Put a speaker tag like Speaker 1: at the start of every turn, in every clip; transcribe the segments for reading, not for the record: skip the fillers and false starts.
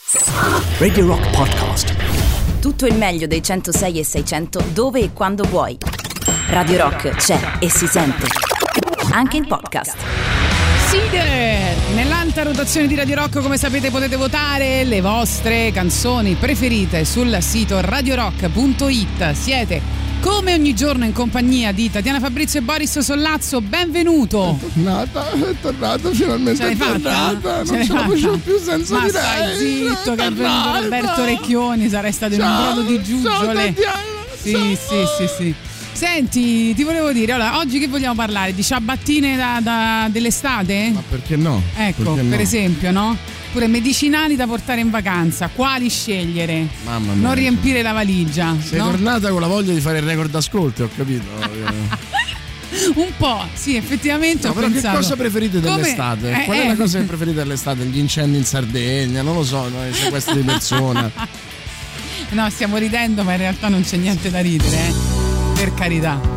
Speaker 1: Radio Rock Podcast.
Speaker 2: Tutto il meglio dei 106 e 600 dove e quando vuoi. Radio Rock c'è e si sente anche in podcast.
Speaker 3: Sider! Nell'alta rotazione di Radio Rock, come sapete, potete votare le vostre canzoni preferite sul sito radiorock.it. Siete come ogni giorno in compagnia di Tatiana Fabrizio e Boris Sollazzo. Benvenuto.
Speaker 4: È tornato finalmente. È tornata. Non ce la facevo più senza di lei.
Speaker 3: Stai zitto, che è venuto Roberto Recchioni, sarei stato in un brodo di giuggiole. Sì. Senti, ti volevo dire, allora, oggi che vogliamo parlare? Di ciabattine dell'estate?
Speaker 4: Ma perché no?
Speaker 3: Ecco,
Speaker 4: perché no?
Speaker 3: Per esempio, no? Pure medicinali da portare in vacanza. Quali scegliere?
Speaker 4: Mamma mia.
Speaker 3: Non riempire la valigia.
Speaker 4: Sei
Speaker 3: no?
Speaker 4: tornata con la voglia di fare il record ascolti, ho capito.
Speaker 3: Un po', sì, effettivamente
Speaker 4: No,
Speaker 3: ho
Speaker 4: però
Speaker 3: pensato.
Speaker 4: che cosa preferite dell'estate? Qual è la cosa che preferite dell'estate? Gli incendi in Sardegna, non lo so, i sequestri di persona.
Speaker 3: No, stiamo ridendo, ma in realtà non c'è niente da ridere, per carità.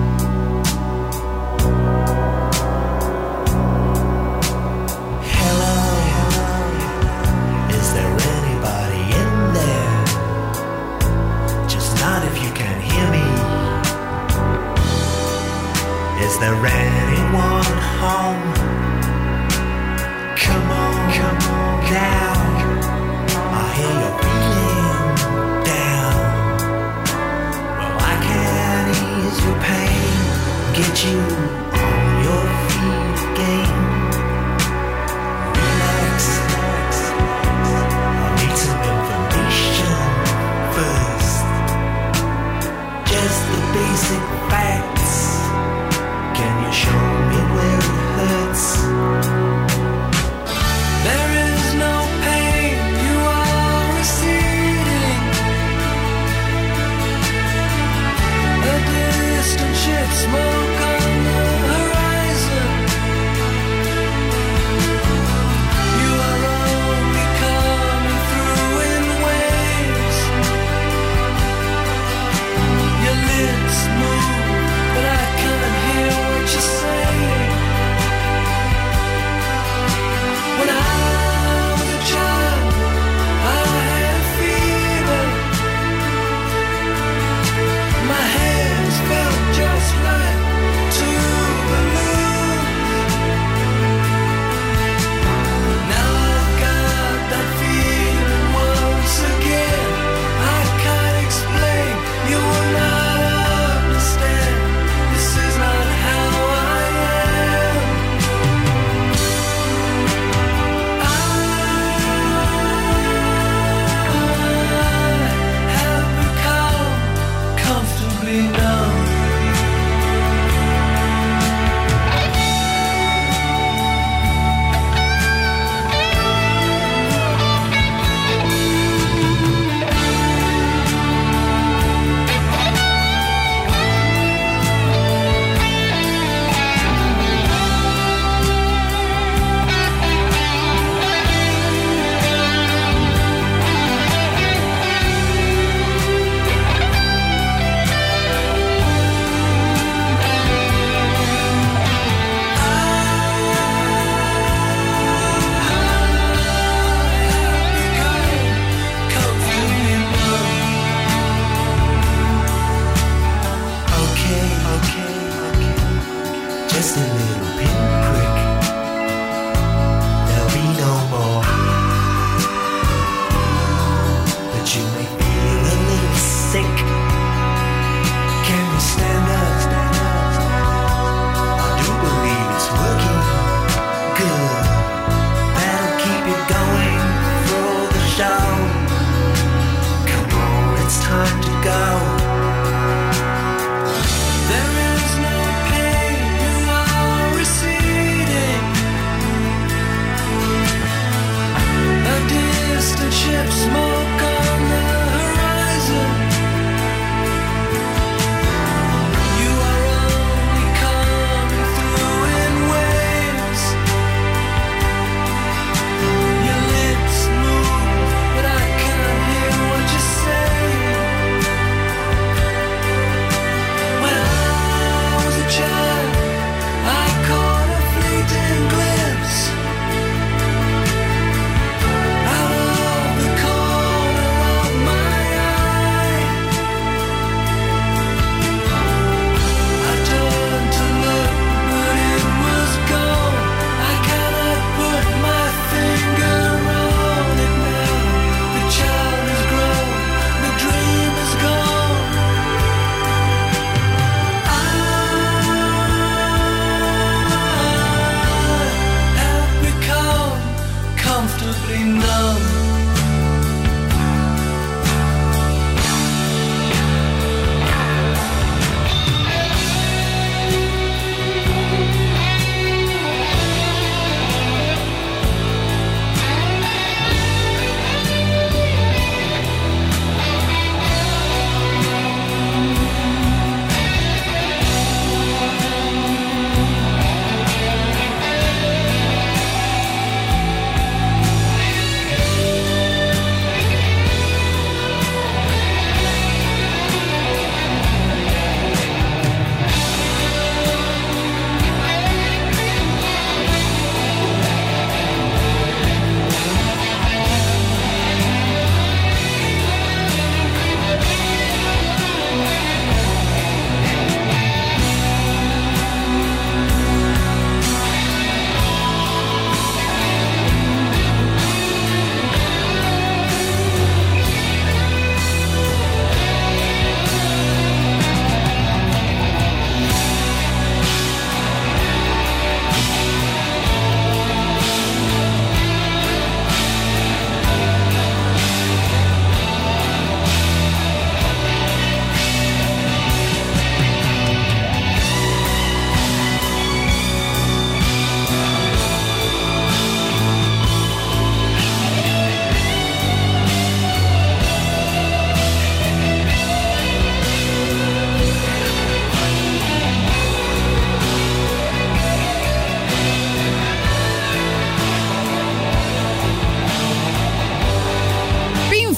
Speaker 5: Is there anyone home? Come on now. I hear you're feeling down. Well, I can ease your pain, get you on your feet again. Relax. I need some information first. Just the basic facts. Can you show me where it hurts? There is no pain, you are receding. A distant ship, smoke on the horizon. You are only coming through in waves. Your lips move, but I can't hear what you're saying. When I was a child, I had a fever. My hands felt just like two balloons. Now I've got that feeling once again. I can't explain, you will not understand. This is not how I am. I have become comfortably numb. Okay. Just a little pinprick. There'll be no more. But you may feel a little sick. Can you stand up? I do believe it's working. Good. That'll keep you going through the show. Come on, it's time to go. There is no pain, you are receding. A distant ship, smoke on the horizon. You are only coming through in waves. Your lips move, but I can't hear what you're saying.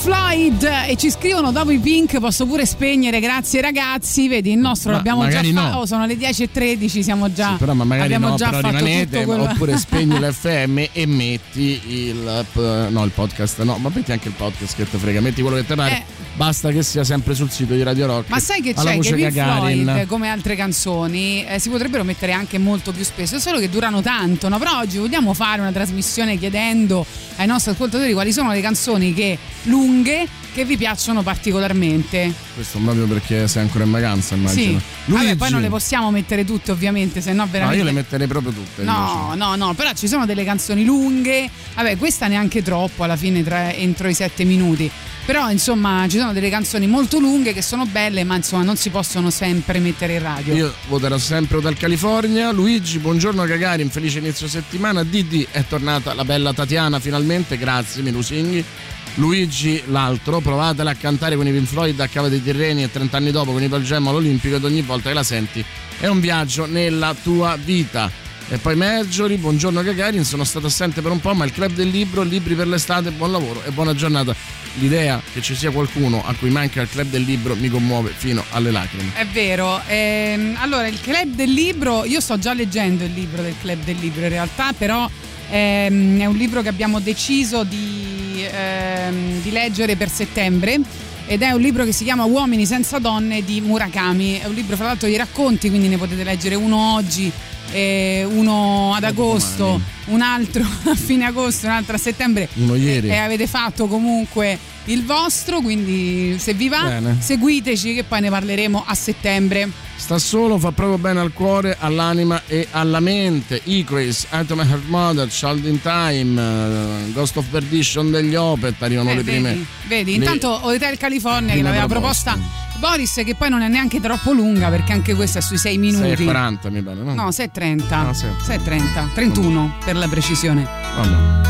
Speaker 3: Floyd, e ci scrivono dopo i Pink posso pure spegnere, grazie ragazzi. Vedi, il nostro l'abbiamo già fatto. Oh, sono le 10:13, siamo già.
Speaker 4: Sì, però ma magari
Speaker 3: abbiamo
Speaker 4: no,
Speaker 3: già
Speaker 4: però
Speaker 3: fatto
Speaker 4: rimanete,
Speaker 3: quello...
Speaker 4: oppure spegni l'FM e metti il podcast, no, ma metti anche il podcast che te frega, metti quello che te pare. Basta che sia sempre sul sito di Radio Rock.
Speaker 3: Ma sai che c'è? Che Pink Floyd, come altre canzoni, si potrebbero mettere anche molto più spesso, solo che durano tanto, no? Però oggi vogliamo fare una trasmissione chiedendo ai nostri ascoltatori quali sono le canzoni lunghe che vi piacciono particolarmente.
Speaker 4: Questo proprio perché sei ancora in vacanza, immagino.
Speaker 3: Sì. Vabbè, poi non le possiamo mettere tutte, ovviamente, se no veramente.
Speaker 4: No, io le metterei proprio tutte.
Speaker 3: No, però ci sono delle canzoni lunghe. Vabbè, questa neanche troppo, alla fine entro i 7 minuti. Però insomma ci sono delle canzoni molto lunghe che sono belle, ma insomma non si possono sempre mettere in radio.
Speaker 4: Io voterò sempre dal California. Luigi, buongiorno Gagarin, felice inizio settimana. Didi, è tornata la bella Tatiana finalmente, grazie Minusinghi. Luigi, l'altro, provatela a cantare con i Pink Floyd a Cava dei Tirreni e 30 anni dopo con i Pearl Jam all'Olimpico, ed ogni volta che la senti è un viaggio nella tua vita. E poi Marjorie, buongiorno Gagarin, sono stato assente per un po', ma il club del libro, libri per l'estate, buon lavoro e buona giornata. L'idea che ci sia qualcuno a cui manca il club del libro mi commuove fino alle lacrime.
Speaker 3: È vero. Allora, il club del libro, io sto già leggendo il libro del club del libro in realtà, però è un libro che abbiamo deciso di leggere per settembre, ed è un libro che si chiama Uomini senza donne di Murakami. È un libro fra l'altro di racconti, quindi ne potete leggere uno oggi, uno ad agosto, un altro a fine agosto, un altro a settembre,
Speaker 4: uno ieri,
Speaker 3: e avete fatto comunque il vostro, quindi se vi va seguiteci, che poi ne parleremo a settembre.
Speaker 4: Sta solo, fa proprio bene al cuore, all'anima e alla mente. Icarus, Atom and Her Mother, Child in Time, Ghost of Perdition degli Opeth, arrivano le prime.
Speaker 3: Vedi, intanto Hotel California che l'aveva proposta Boris, che poi non è neanche troppo lunga, perché anche questa è sui 6 minuti.
Speaker 4: 6:40 mi pare, no?
Speaker 3: No, 6:30.
Speaker 4: No,
Speaker 3: 6:30, 31 per la precisione.
Speaker 4: Vabbè.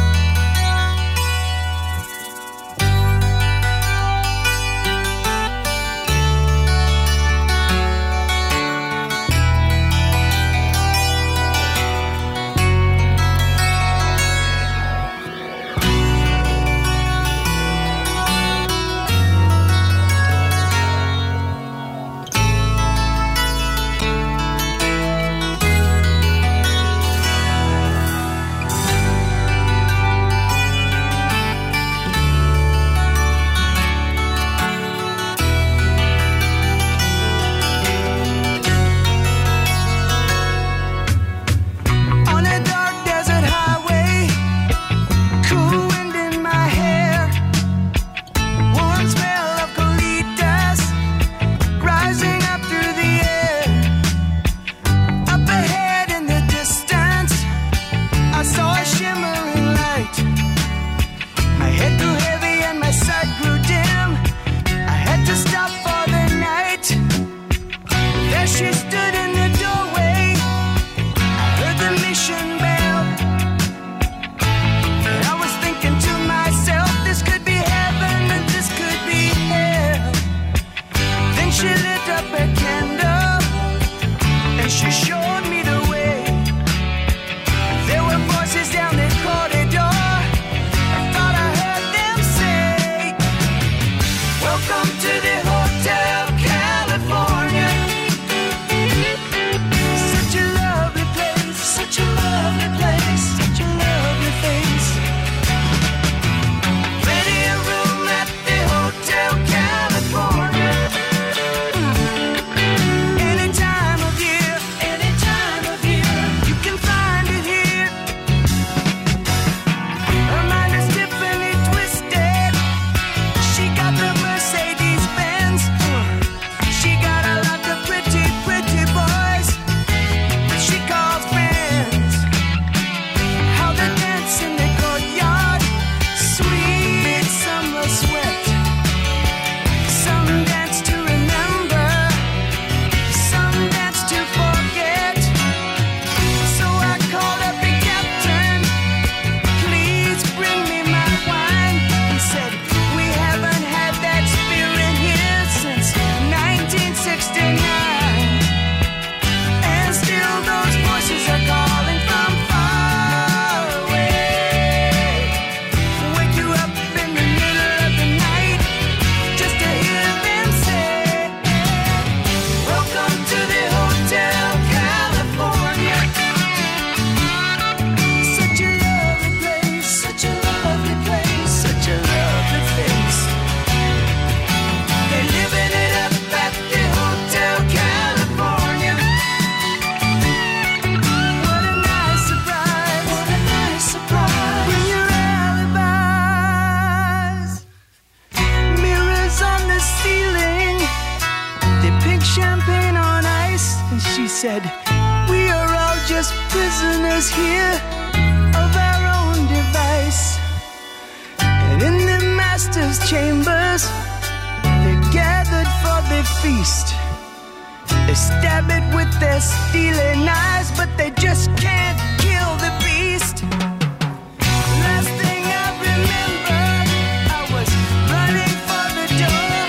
Speaker 5: said, we are all just prisoners here of our own device. And in the master's chambers, they're gathered for the feast. They stab it with their steely knives, but they just can't kill the beast. Last thing I remember, I was running for the door.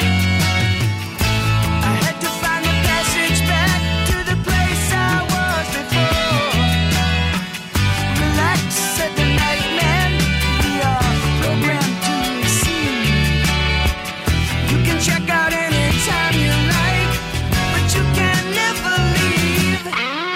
Speaker 5: I had to find the passage back to the place I was before. Relax, said the night man, we are programmed to receive. You can check out anytime you like, but you can never leave.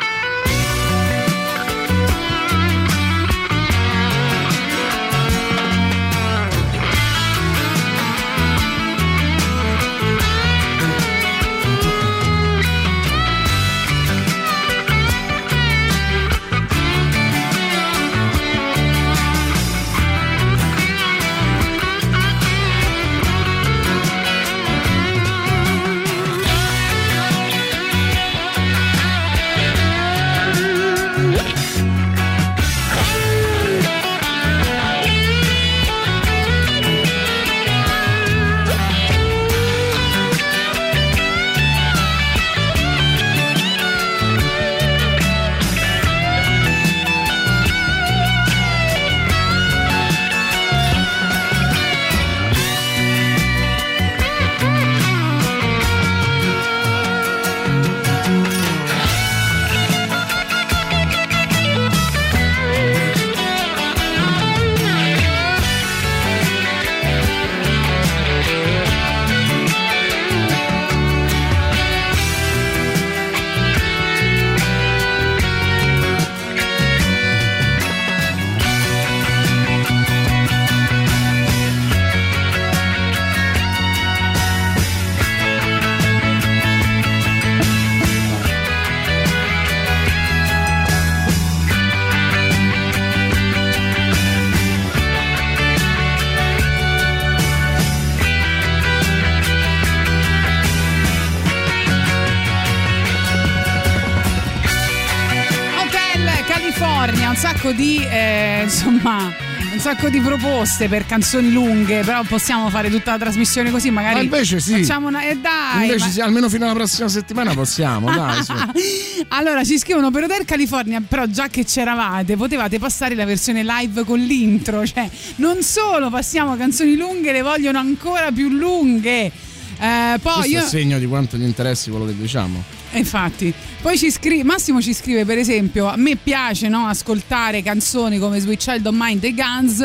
Speaker 3: Un sacco di proposte per canzoni lunghe, però possiamo fare tutta la trasmissione così, magari.
Speaker 4: Ma invece sì.
Speaker 3: Facciamo una. Dai.
Speaker 4: Invece sì, almeno fino alla prossima settimana possiamo, dai. Sì.
Speaker 3: Allora ci scrivono: per Hotel California, però già che c'eravate, potevate passare la versione live con l'intro. Cioè, non solo passiamo canzoni lunghe, le vogliono ancora più lunghe. Poi
Speaker 4: questo è segno di quanto gli interessi quello che diciamo.
Speaker 3: Infatti, poi Massimo ci scrive, per esempio, a me piace, no, ascoltare canzoni come Sweet Child of Mine dei Guns,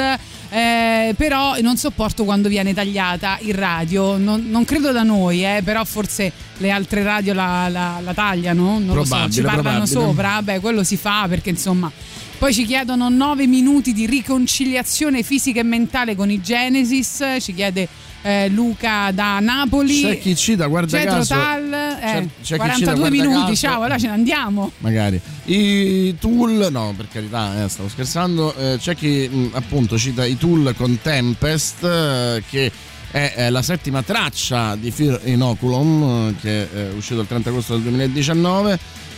Speaker 3: però non sopporto quando viene tagliata in radio. Non credo da noi, però forse le altre radio la tagliano, non lo so, ci parlano sopra. Beh, quello si fa perché insomma. Poi ci chiedono 9 minuti di riconciliazione fisica e mentale con i Genesis, ci chiede Luca da Napoli.
Speaker 4: C'è chi cita, guarda
Speaker 3: Pietro
Speaker 4: caso
Speaker 3: Tal,
Speaker 4: c'è
Speaker 3: 42
Speaker 4: chi cita,
Speaker 3: minuti,
Speaker 4: caso,
Speaker 3: ciao, allora ce ne andiamo.
Speaker 4: Magari i Tool, no, per carità, stavo scherzando. C'è chi appunto cita i Tool con Tempest, che è la settima traccia di Fear Inoculum, che è uscito il 30 agosto del 2019,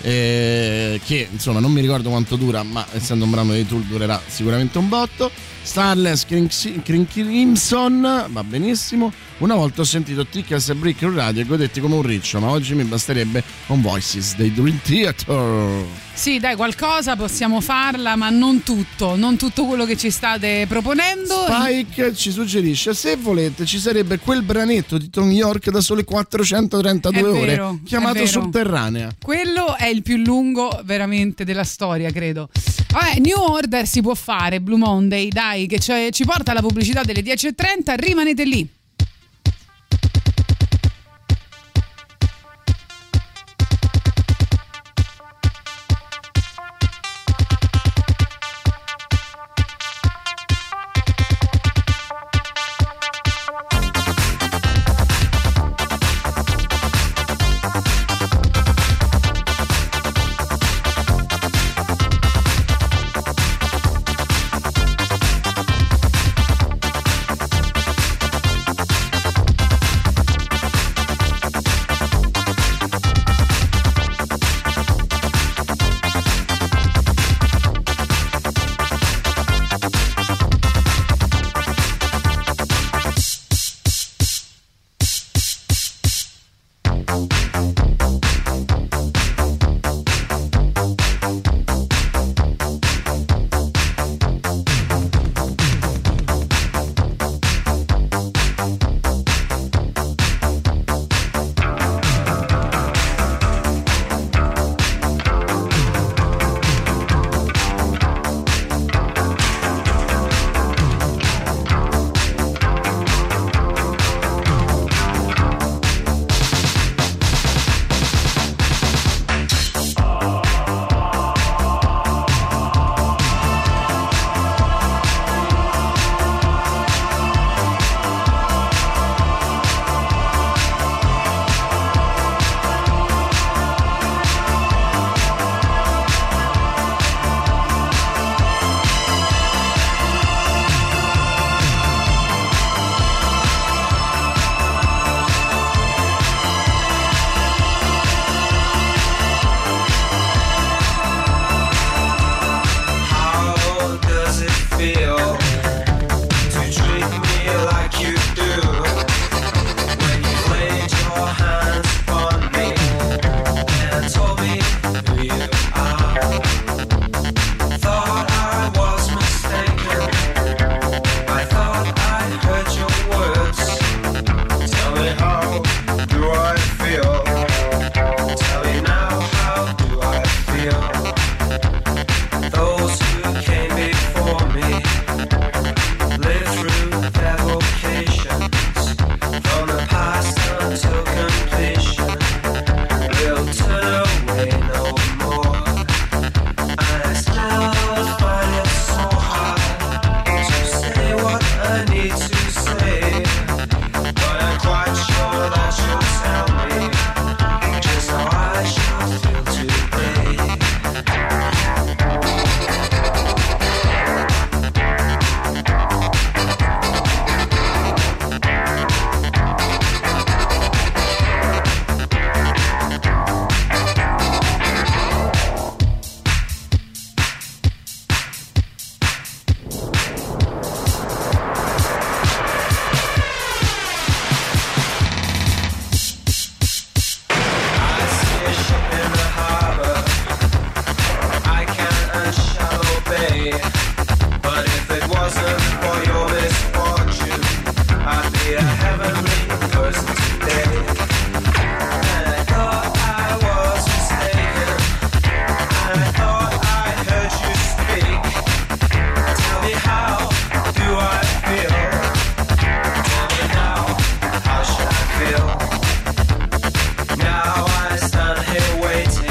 Speaker 4: che insomma non mi ricordo quanto dura, ma essendo un brano dei Tool durerà sicuramente un botto. Starless Crimson, va benissimo. Una volta ho sentito Tickets e Brick in radio e godetti come un riccio, ma oggi mi basterebbe un Voices dei Dream Theater.
Speaker 3: Sì, dai, qualcosa possiamo farla, ma non tutto quello che ci state proponendo.
Speaker 4: Spike ci suggerisce: se volete ci sarebbe quel branetto di Tom York da sole 432 ore chiamato Sotterranea.
Speaker 3: Quello è il più lungo veramente della storia, credo. Vabbè, New Order si può fare, Blue Monday, dai, che ci porta alla pubblicità delle 10:30, rimanete lì.
Speaker 5: be a heavenly person today. And I thought I was mistaken, and I thought I heard you speak. Tell me, how do I feel? Tell me now, how should I feel? Now I stand here waiting.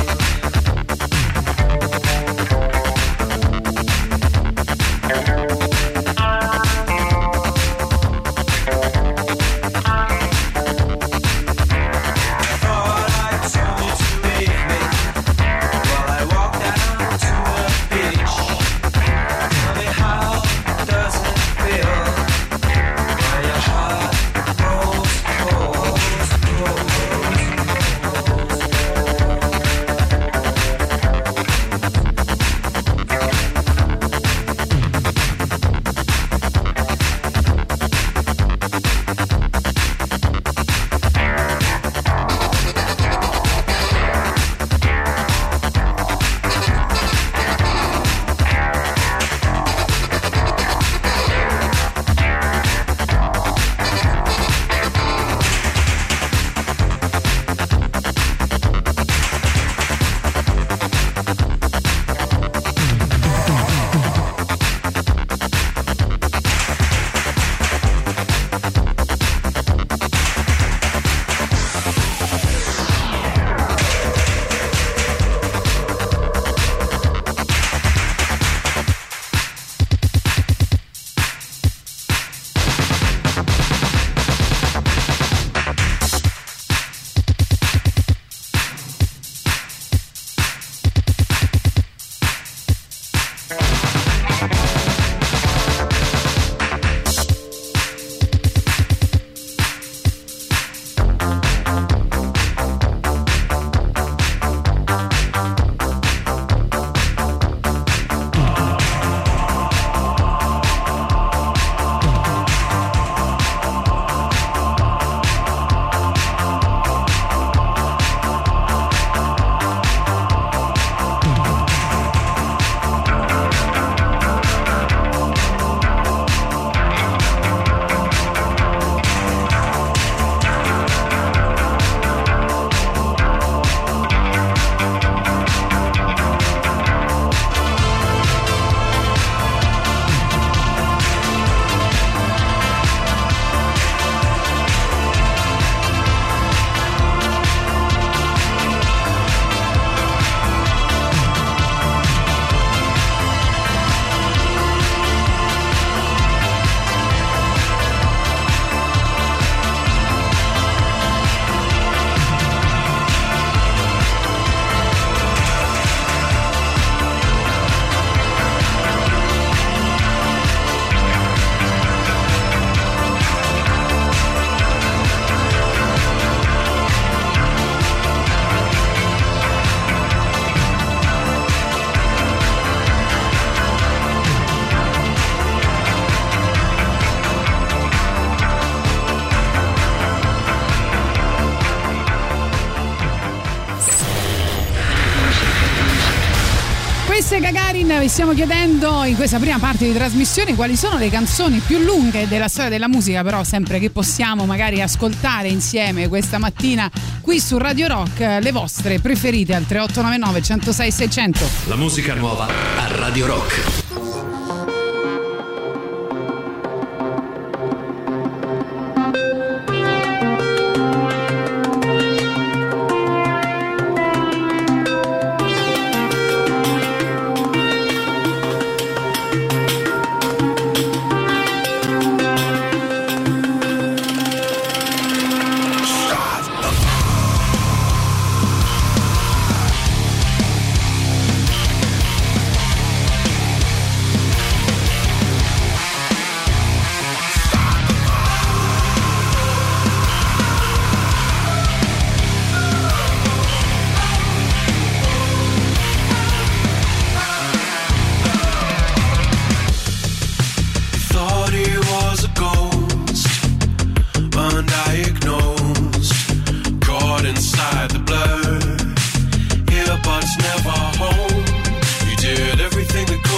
Speaker 3: Gagarin, vi stiamo chiedendo in questa prima parte di trasmissione quali sono le canzoni più lunghe della storia della musica, però sempre che possiamo magari ascoltare insieme questa mattina qui su Radio Rock, le vostre preferite al 3899 106 600.
Speaker 1: La musica nuova a Radio Rock.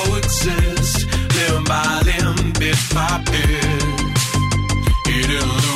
Speaker 6: by limb, bit by bit. He didn't lose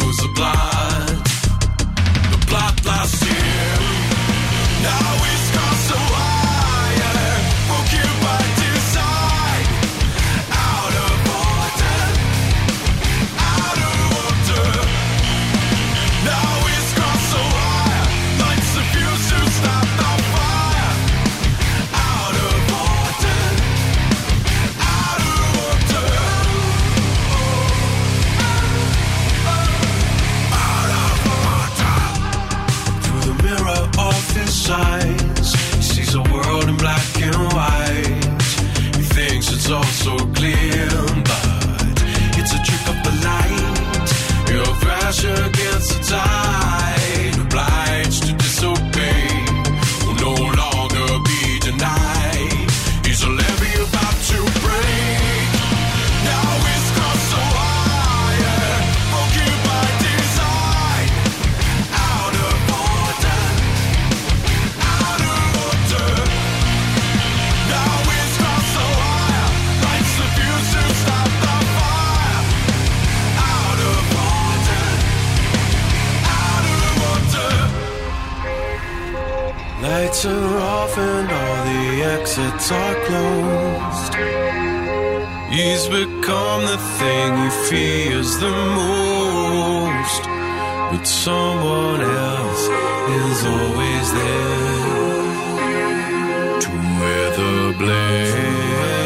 Speaker 6: lights are off and all the exits are closed. He's become the thing he fears the most, but someone else is always there to wear the blame.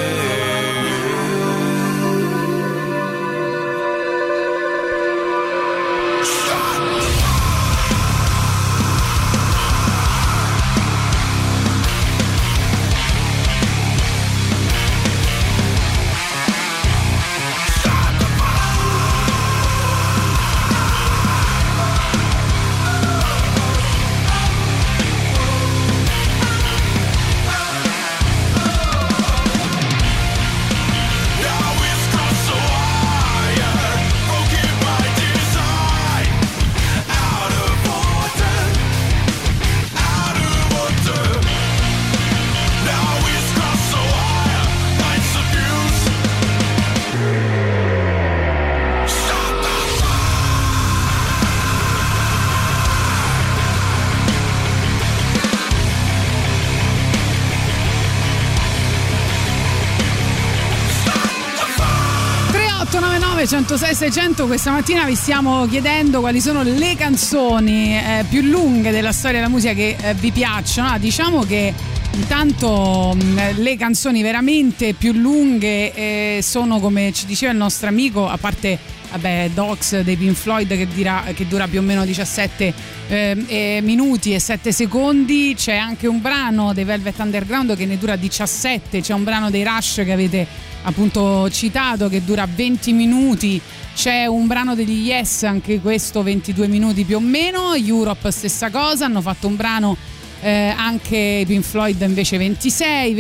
Speaker 3: 106 600. Questa mattina vi stiamo chiedendo quali sono le canzoni più lunghe della storia della musica che vi piacciono. Diciamo che intanto le canzoni veramente più lunghe sono, come ci diceva il nostro amico, a parte Dogs dei Pink Floyd che dura più o meno 17 minuti e 7 secondi. C'è anche un brano dei Velvet Underground che ne dura 17. C'è un brano dei Rush che avete appunto citato che dura 20 minuti. C'è un brano degli Yes, anche questo 22 minuti più o meno. Europe stessa cosa, hanno fatto un brano anche i Pink Floyd invece 26,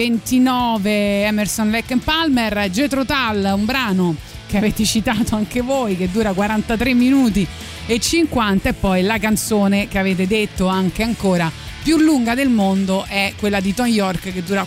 Speaker 3: 29 Emerson, Lake and Palmer. Jethro Tull, un brano che avete citato anche voi che dura 43 minuti e 50, e poi la canzone che avete detto anche ancora più lunga del mondo è quella di Tom York che dura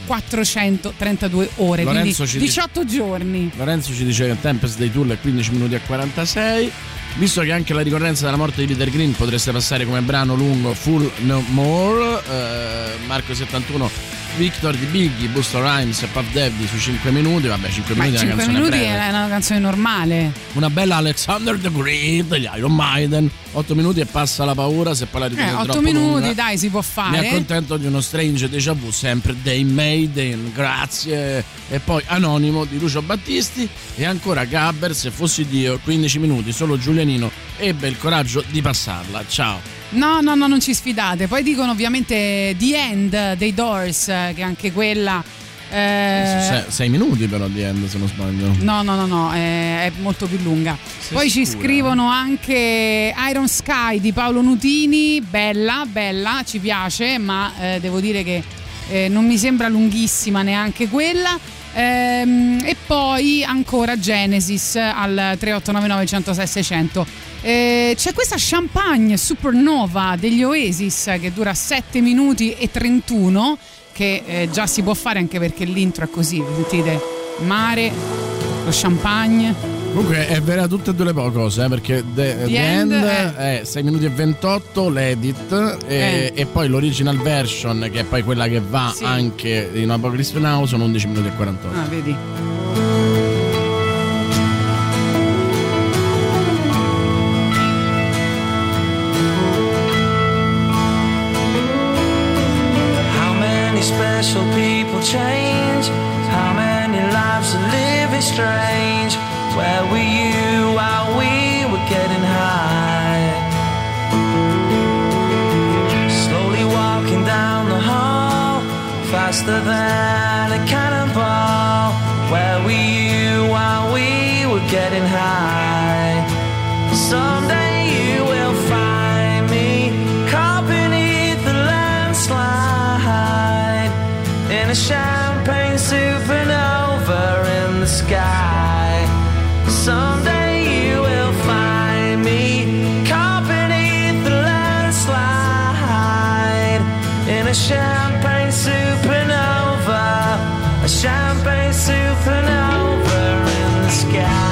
Speaker 3: 432 ore,
Speaker 4: Lorenzo
Speaker 3: quindi 18 giorni.
Speaker 4: Lorenzo ci dice che Tempest dei Tool è 15 minuti e 46. Visto che anche la ricorrenza della morte di Peter Green potreste passare come brano lungo Full No More, Marco 71 Victor di Biggie, Busta Rhymes e Puff Daddy su 5 minuti. Vabbè, 5 minuti è una canzone
Speaker 3: minuti
Speaker 4: breve.
Speaker 3: È una canzone normale.
Speaker 4: Una bella Alexander the Great degli Iron Maiden, 8 minuti e passa la paura se poi la ritiene troppo
Speaker 3: 8 minuti
Speaker 4: lunga.
Speaker 3: dai, si può fare.
Speaker 4: Mi accontento di uno Strange Déjà Vu, sempre dei Maiden, grazie. E poi Anonimo di Lucio Battisti. E ancora Gabber, Se fossi Dio, 15 minuti, solo Giulianino ebbe il coraggio di passarla. Ciao.
Speaker 3: No, non ci sfidate. Poi dicono ovviamente The End dei Doors, che anche quella
Speaker 4: 6 minuti però The End, se non sbaglio.
Speaker 3: No, è molto più lunga. Poi ci scrivono anche Iron Sky di Paolo Nutini, bella, ci piace, ma devo dire che non mi sembra lunghissima neanche quella. E poi ancora Genesis al 3899 106 600. C'è questa Champagne Supernova degli Oasis che dura 7 minuti e 31, che già si può fare anche perché l'intro è così, sentite, mare, lo champagne.
Speaker 4: Comunque è vera tutte e due le cose, perché The End è 6 minuti e 28 l'edit e poi l'original version, che è poi quella che va anche in Apocalypse Now, sono 11 minuti e 48.
Speaker 3: Ah, vedi.
Speaker 5: Special people change. How many lives are living strange? Where were you while we were getting high? Slowly walking down the hall, faster than a cannonball. Where were you while we were getting high? Someday you will find me caught beneath the landslide in a champagne supernova in the sky. Someday you will find me caught beneath the landslide in a champagne supernova, a champagne supernova in the sky.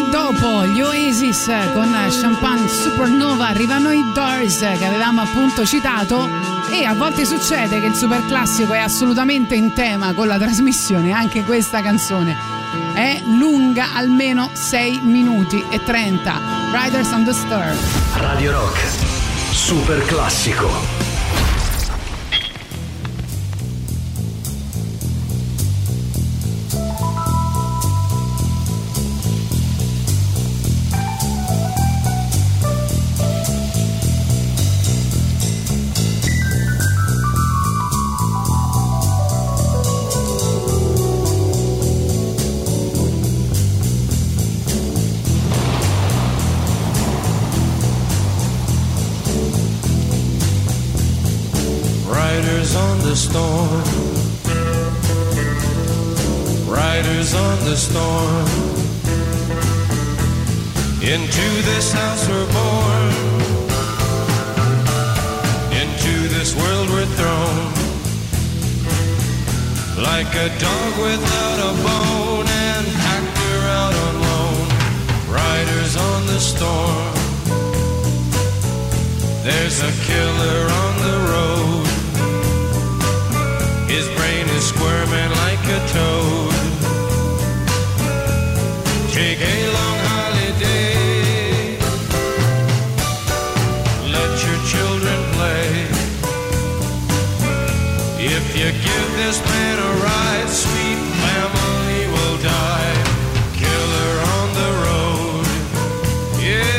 Speaker 3: dopo gli Oasis con Champagne Supernova arrivano i Doors, che avevamo appunto citato, e a volte succede che il super classico è assolutamente in tema con la trasmissione. Anche questa canzone è lunga almeno 6 minuti e 30. Riders on the Storm.
Speaker 1: Radio Rock, super classico.
Speaker 6: The storm, riders on the storm. Into this house we're born, into this world we're thrown, like a dog without a bone and packed her out on loan. Riders on the storm, there's a killer on the road. His brain is squirming like a toad. Take a long holiday, let your children play. If you give this man a ride, sweet family will die. Killer on the road, yeah.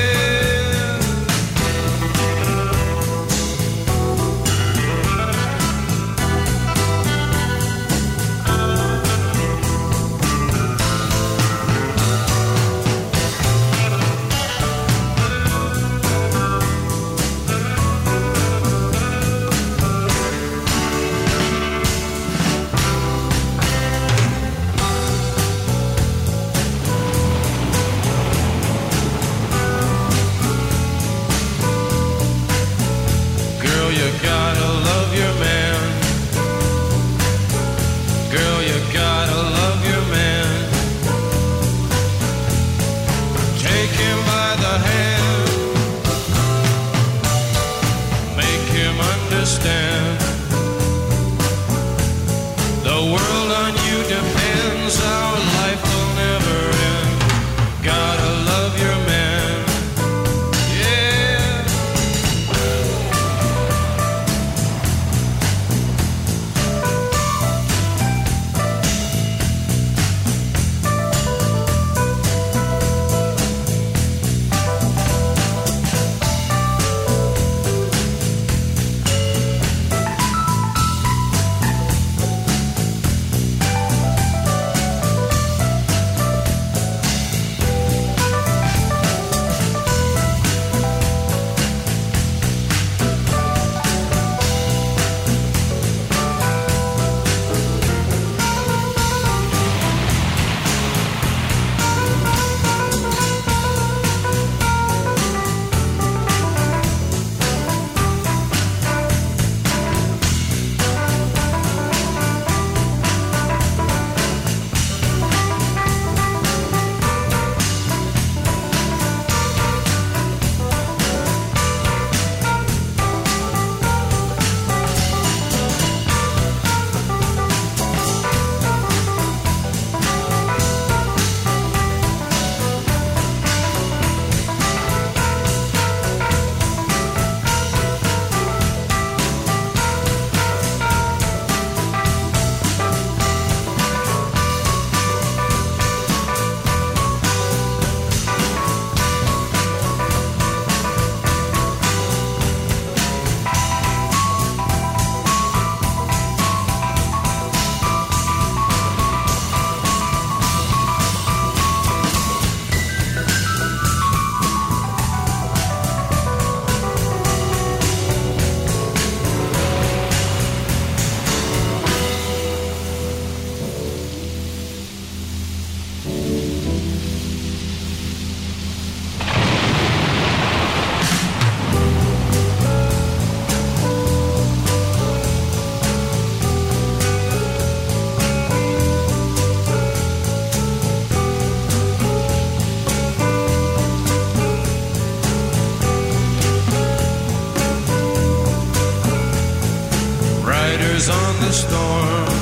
Speaker 6: the storm.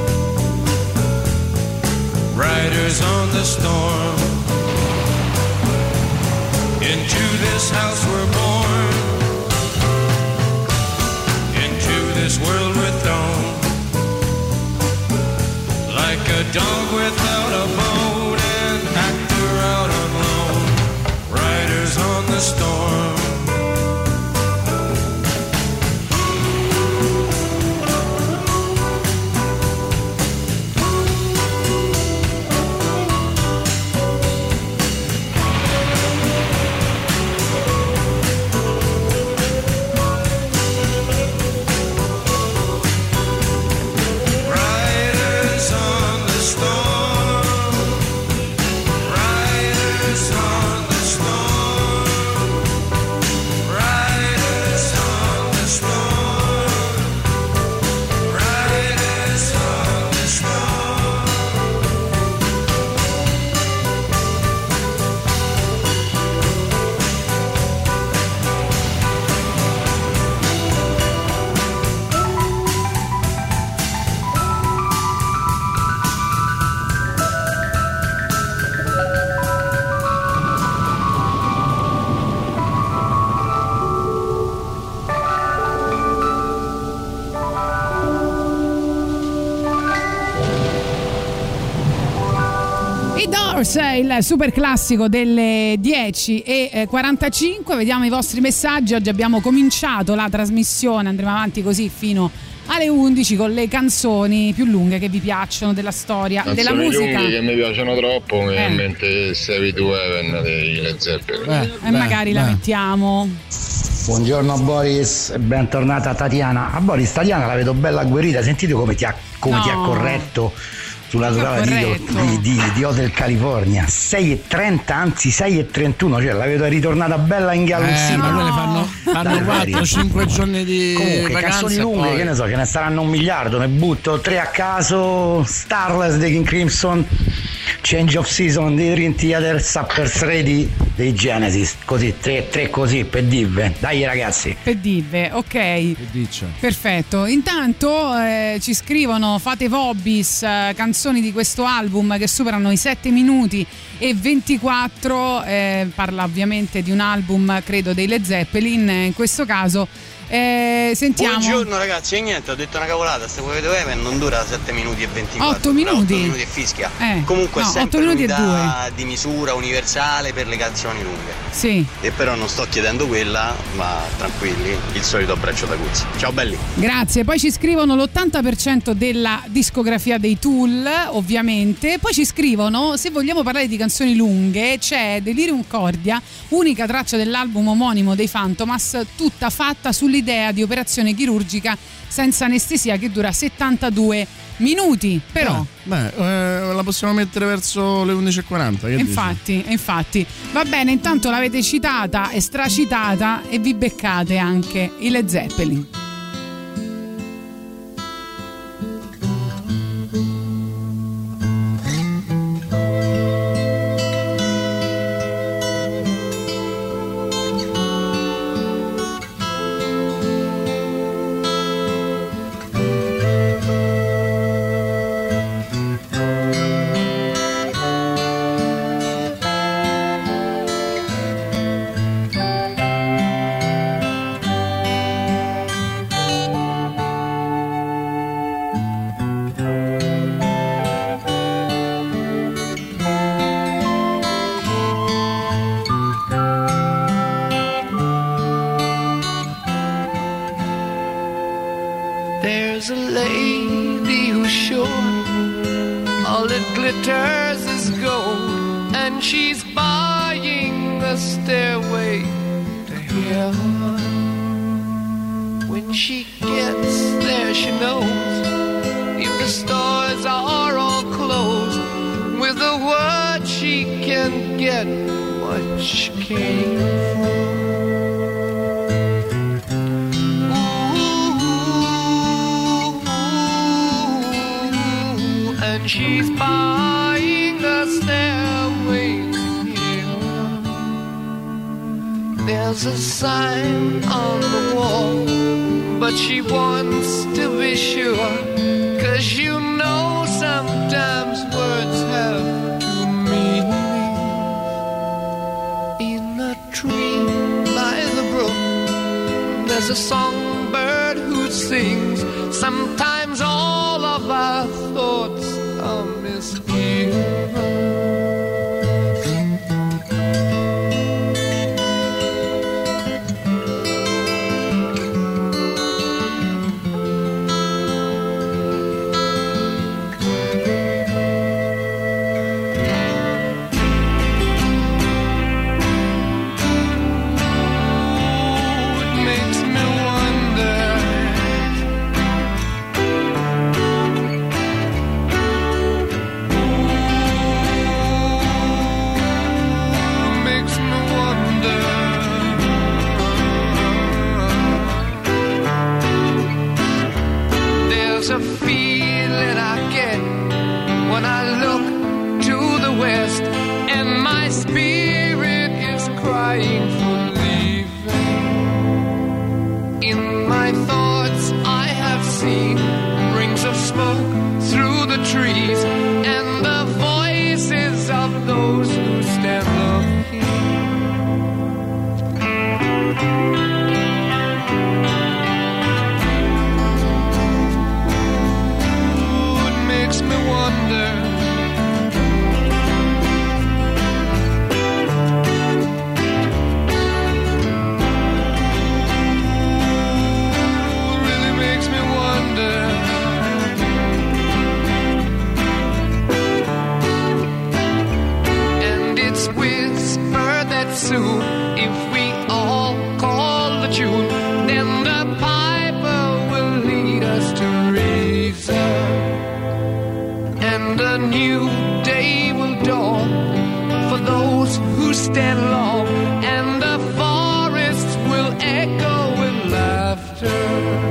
Speaker 6: Riders on the storm. Into this house we're born. Into this world we're thrown. Like a dog without a bone, an actor out on loan. Riders on the storm.
Speaker 3: Il super classico delle 10:45. Vediamo i vostri messaggi. Oggi abbiamo cominciato la trasmissione, andremo avanti così fino alle 11 con le canzoni più lunghe che vi piacciono della storia, della musica.
Speaker 7: Lunghi che mi piacciono troppo, mi viene in mente Stairway to Heaven dei Led Zeppelin.
Speaker 3: Magari la mettiamo.
Speaker 8: Buongiorno Boris e bentornata Tatiana. A Boris, Tatiana la vedo bella agguerrita, sentite come ti ha corretto sulla durata di Hotel California. 6:30, anzi 6:31, cioè la vedo ritornata bella ingalluzzita.
Speaker 4: Ma quelle fanno 4-5 giorni di
Speaker 8: comunque
Speaker 4: vacanze.
Speaker 8: Canzoni lunghe, poi, che ne so, ce ne saranno 1 miliardo, ne butto 3 a caso. Starless dei King Crimson, Change of Season dei Dream Theater, Supper's Ready dei Genesis, così 3 così per dive. Dai ragazzi,
Speaker 3: per dive, ok, che
Speaker 4: dice?
Speaker 3: Perfetto. Intanto ci scrivono fate Vobis, canzoni di questo album che superano i 7 minuti e 24, parla ovviamente di un album credo dei Led Zeppelin in questo caso. Sentiamo.
Speaker 9: Buongiorno ragazzi, e niente, ho detto una cavolata, Stairway to Heaven non dura 7 minuti e 24,
Speaker 3: 8 minuti.
Speaker 9: 8 minuti e fischia. Comunque
Speaker 3: no,
Speaker 9: è sempre
Speaker 3: 8 minuti
Speaker 9: un'unità
Speaker 3: e 2
Speaker 9: di misura universale per le canzoni lunghe.
Speaker 3: Sì.
Speaker 9: E però non sto chiedendo quella, ma tranquilli, il solito abbraccio da Guzzi. Ciao belli.
Speaker 3: Grazie. Poi ci scrivono l'80% della discografia dei Tool, ovviamente. Poi ci scrivono, se vogliamo parlare di canzoni lunghe, c'è Delirium Cordia, unica traccia dell'album omonimo dei Fantomas, tutta fatta sull'idea di operazione chirurgica senza anestesia che dura 72 minuti. Però
Speaker 4: la possiamo mettere verso le 11:40.
Speaker 3: Infatti va bene, intanto l'avete citata e stracitata e vi beccate anche i Led Zeppelin.
Speaker 6: but she wants to be sure. 'Cause you know sometimes words have two meanings. In a tree by the brook, there's a songbird who sings. Sometimes all of our thoughts are misgiven. A feeling I get when I look to the west, and my spirit is crying for leaving. In my thoughts I have seen rings of smoke through the trees, and the voices of those who stand alone. Makes me wonder. Really makes me wonder. And it's whispered that soon, if we all call the tune, then the piper will lead us to reason. And a new day will dawn for those who stand long, and the forests will echo with laughter.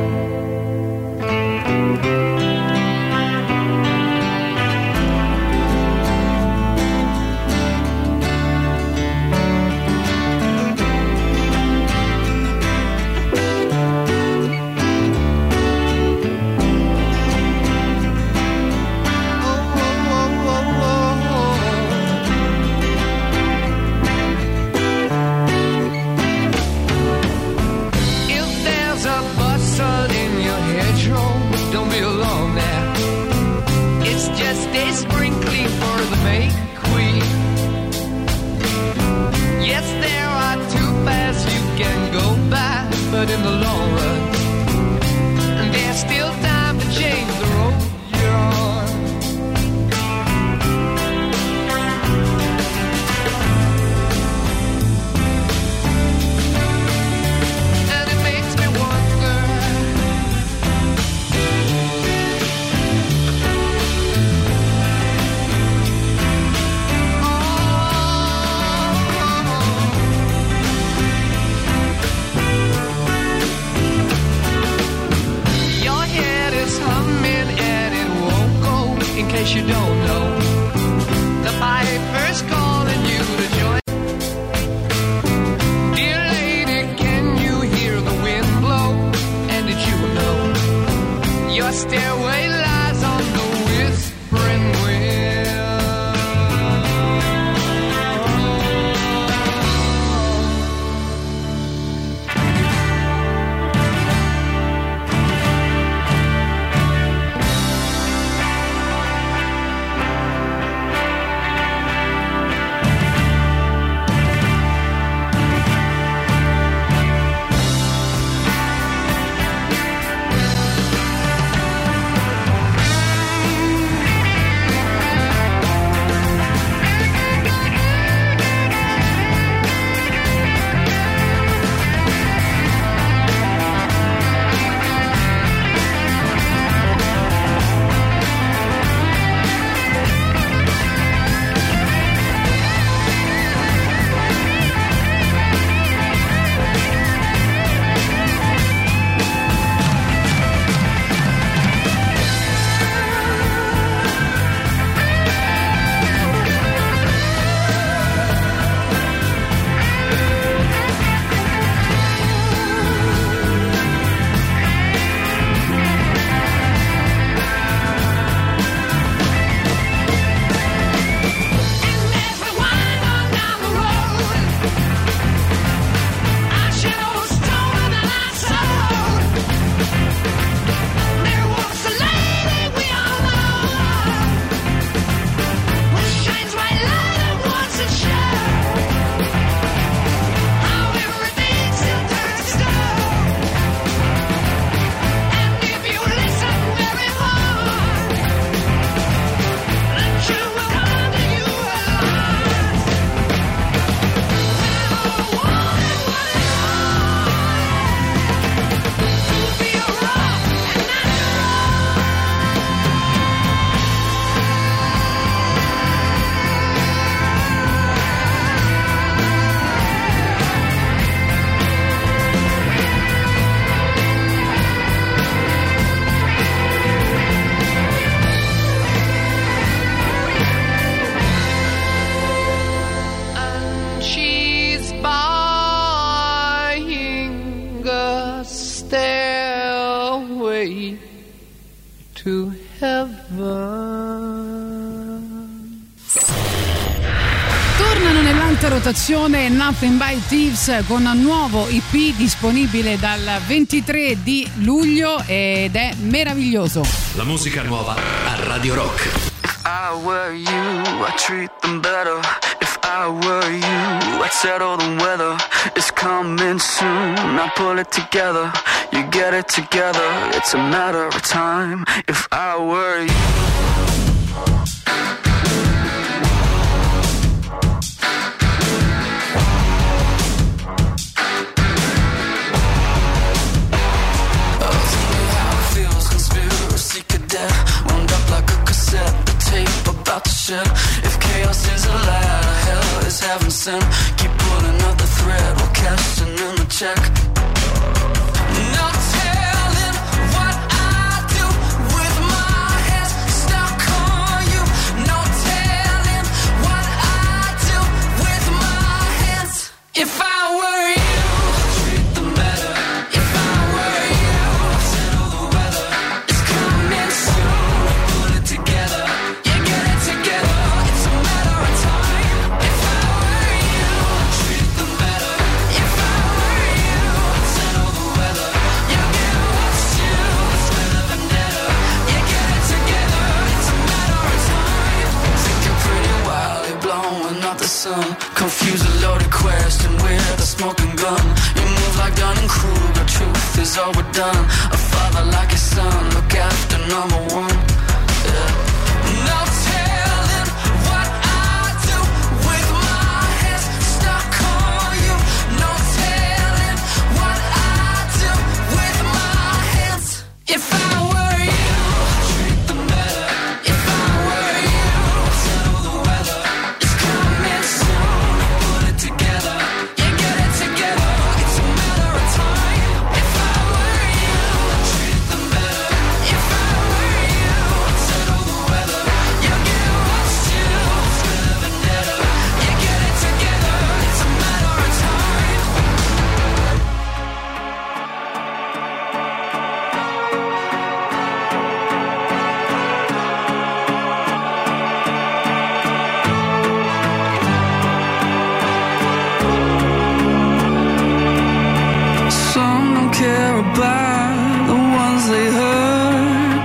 Speaker 6: But in the long run, and there's still time to change the road you're on. And it makes me wonder. Oh,
Speaker 3: Alta rotazione Nothing But Thieves con un nuovo EP disponibile dal 23 di luglio ed è meraviglioso.
Speaker 1: La musica nuova a Radio Rock.
Speaker 6: If I were you, I'd treat them better. If I were you, I'd settle the weather. It's coming soon, I pull it together. You get it together, it's a matter of time. If I were you. Wound up like a cassette, the tape about to shed. If chaos is a lie, hell is heaven sent. Keep pulling out the thread while cashing in the check. No telling what I do with my hands stuck on you. No telling what I do with my hands. If I were you, I'd treat them better. If I were you, I'd settle the weather. It's coming soon, pull it together. You get it together, it's a matter of time. If I were you, I'd treat them better. If I were you, I'd settle the weather. You get what's due, it's with a vendetta. You get it together, it's a matter of time. Think you're pretty wild, you're blowing out the sun. Confuse a loaded question with a smoking gun. You move like Dunning-Kruger, truth is all we're done. A father like his son, look after number one. Yeah. No telling what I do with my hands stuck on you. No telling what I do with my hands. If I were you, I'd treat them better. If I were you, I'd settle the weather. It's coming soon, pull it together. You get it together, it's a matter of time. If I were you, I'd treat them better. If I were you, I'd settle the weather. You get what's due, it's with a vendetta. You get it together, it's a matter of time. Some don't care about the ones they hurt.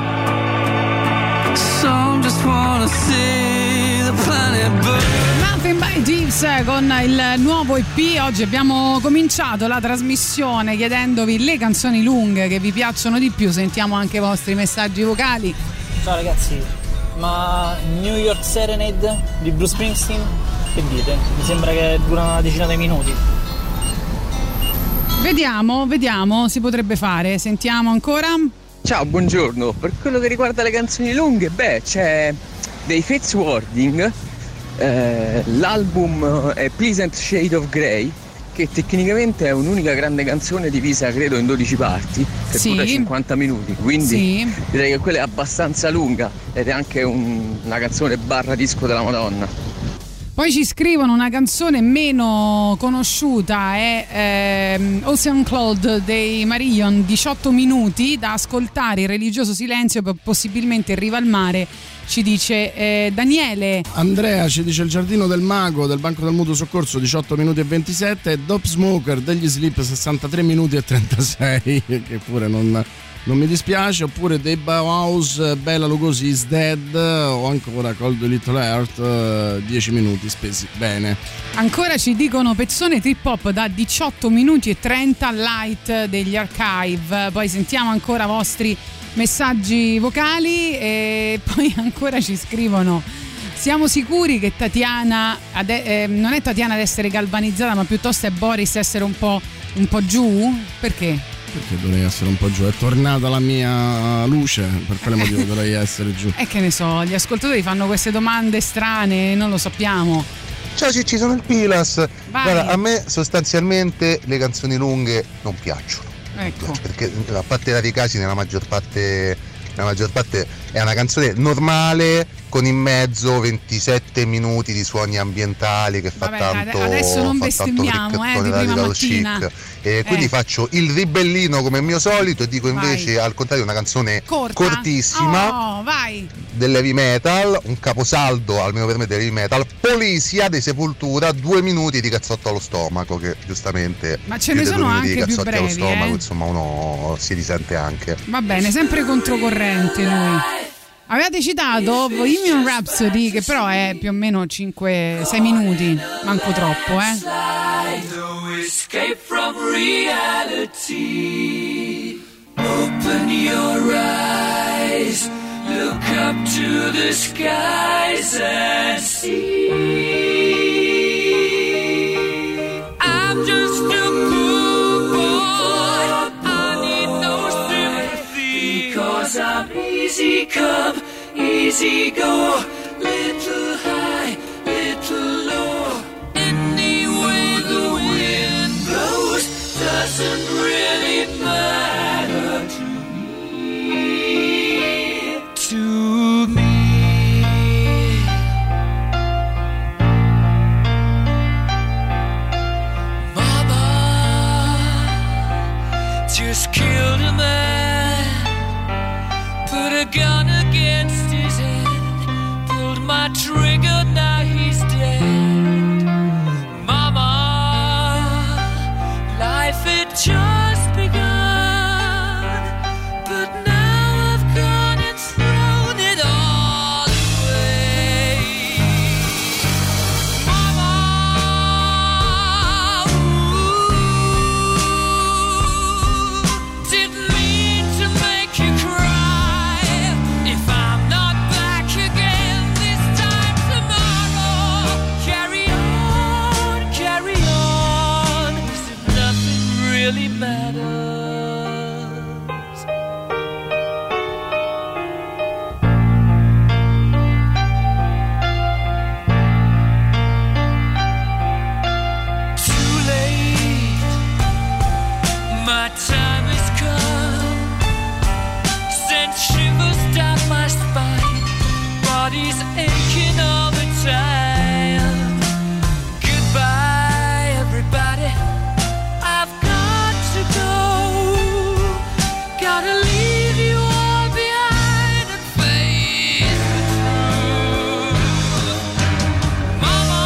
Speaker 6: Some just wanna see the planet burn.
Speaker 3: Nothing But Thieves con il nuovo EP. Oggi abbiamo cominciato la trasmissione chiedendovi le canzoni lunghe che vi piacciono di più. Sentiamo anche i vostri messaggi vocali.
Speaker 10: Ciao ragazzi, ma New York Serenade di Bruce Springsteen, che dite? Mi sembra che dura una decina di minuti.
Speaker 3: Vediamo, si potrebbe fare. Sentiamo ancora.
Speaker 11: Ciao, buongiorno. Per quello che riguarda le canzoni lunghe, c'è dei Fitzwarding, l'album è Pleasant Shade of Grey, che tecnicamente è un'unica grande canzone divisa credo in 12 parti, che dura 50 minuti, quindi direi che quella è abbastanza lunga ed è anche una canzone barra disco della Madonna.
Speaker 3: Poi ci scrivono una canzone meno conosciuta, è Ocean Cloud dei Marillion, 18 minuti da ascoltare in religioso silenzio, possibilmente in riva al mare, ci dice Daniele.
Speaker 4: Andrea ci dice Il Giardino del Mago del Banco del Mutuo Soccorso, 18 minuti e 27, e Dope Smoker degli Sleep, 63 minuti e 36, che pure non mi dispiace. Oppure dei Bauhaus, Bella Lugosi is Dead, o ancora Cold Little Heart, 10 minuti spesi bene.
Speaker 3: Ancora ci dicono pezzone trip hop da 18 minuti e 30, Light degli Archive. Poi sentiamo ancora vostri messaggi vocali e poi ancora ci scrivono: siamo sicuri che Tatiana non è Tatiana ad essere galvanizzata, ma piuttosto è Boris a essere un po' giù? Perché?
Speaker 4: Perché dovrei essere un po' giù, è tornata la mia luce, per quale motivo dovrei essere giù?
Speaker 3: Che ne so, gli ascoltatori fanno queste domande strane, non lo sappiamo.
Speaker 12: Ciao Cicci, sono il Pilas.
Speaker 3: Vai.
Speaker 12: Guarda, a me sostanzialmente le canzoni lunghe non piacciono.
Speaker 3: Ecco.
Speaker 12: Perché a parte i rari casi, nella maggior parte è una canzone normale, finiscono in mezzo 27 minuti di suoni ambientali che fa tanto,
Speaker 3: adesso non
Speaker 12: fa tanto
Speaker 3: di prima mattina.
Speaker 12: Chic. E quindi faccio il ribellino come mio solito e dico invece al contrario una canzone cortissima dell'heavy metal, un caposaldo almeno per me dell'heavy metal, Polizia dei Sepultura, 2 minuti di cazzotto allo stomaco, che giustamente
Speaker 3: ma ce ne sono anche di cazzotti più brevi, allo stomaco,
Speaker 12: insomma uno si risente anche.
Speaker 3: Va bene, sempre controcorrente noi. Avevate citato Bohemian Rhapsody, che però è più o meno 5-6 minuti, manco troppo,
Speaker 5: Escape from reality. Open your eyes, look up to the skies and see. I'm just a poor boy, I need no sympathy, because I'm easy come, easy go, little high, little low. Anyway the wind blows doesn't really matter to me. To me. Mama just killed a man, put a gun against his head, pulled my trigger, now he's dead. Mama, life had just begun, but now I've gone and thrown it all away. Mama, didn't mean to make you cry. If I'm not back again this time tomorrow, carry on, as if nothing really matters. Too late, my time has come. Sent shivers down my spine, body's aching all the time. Goodbye, everybody, I've got to go. Gotta leave you all behind and face the truth. Mama,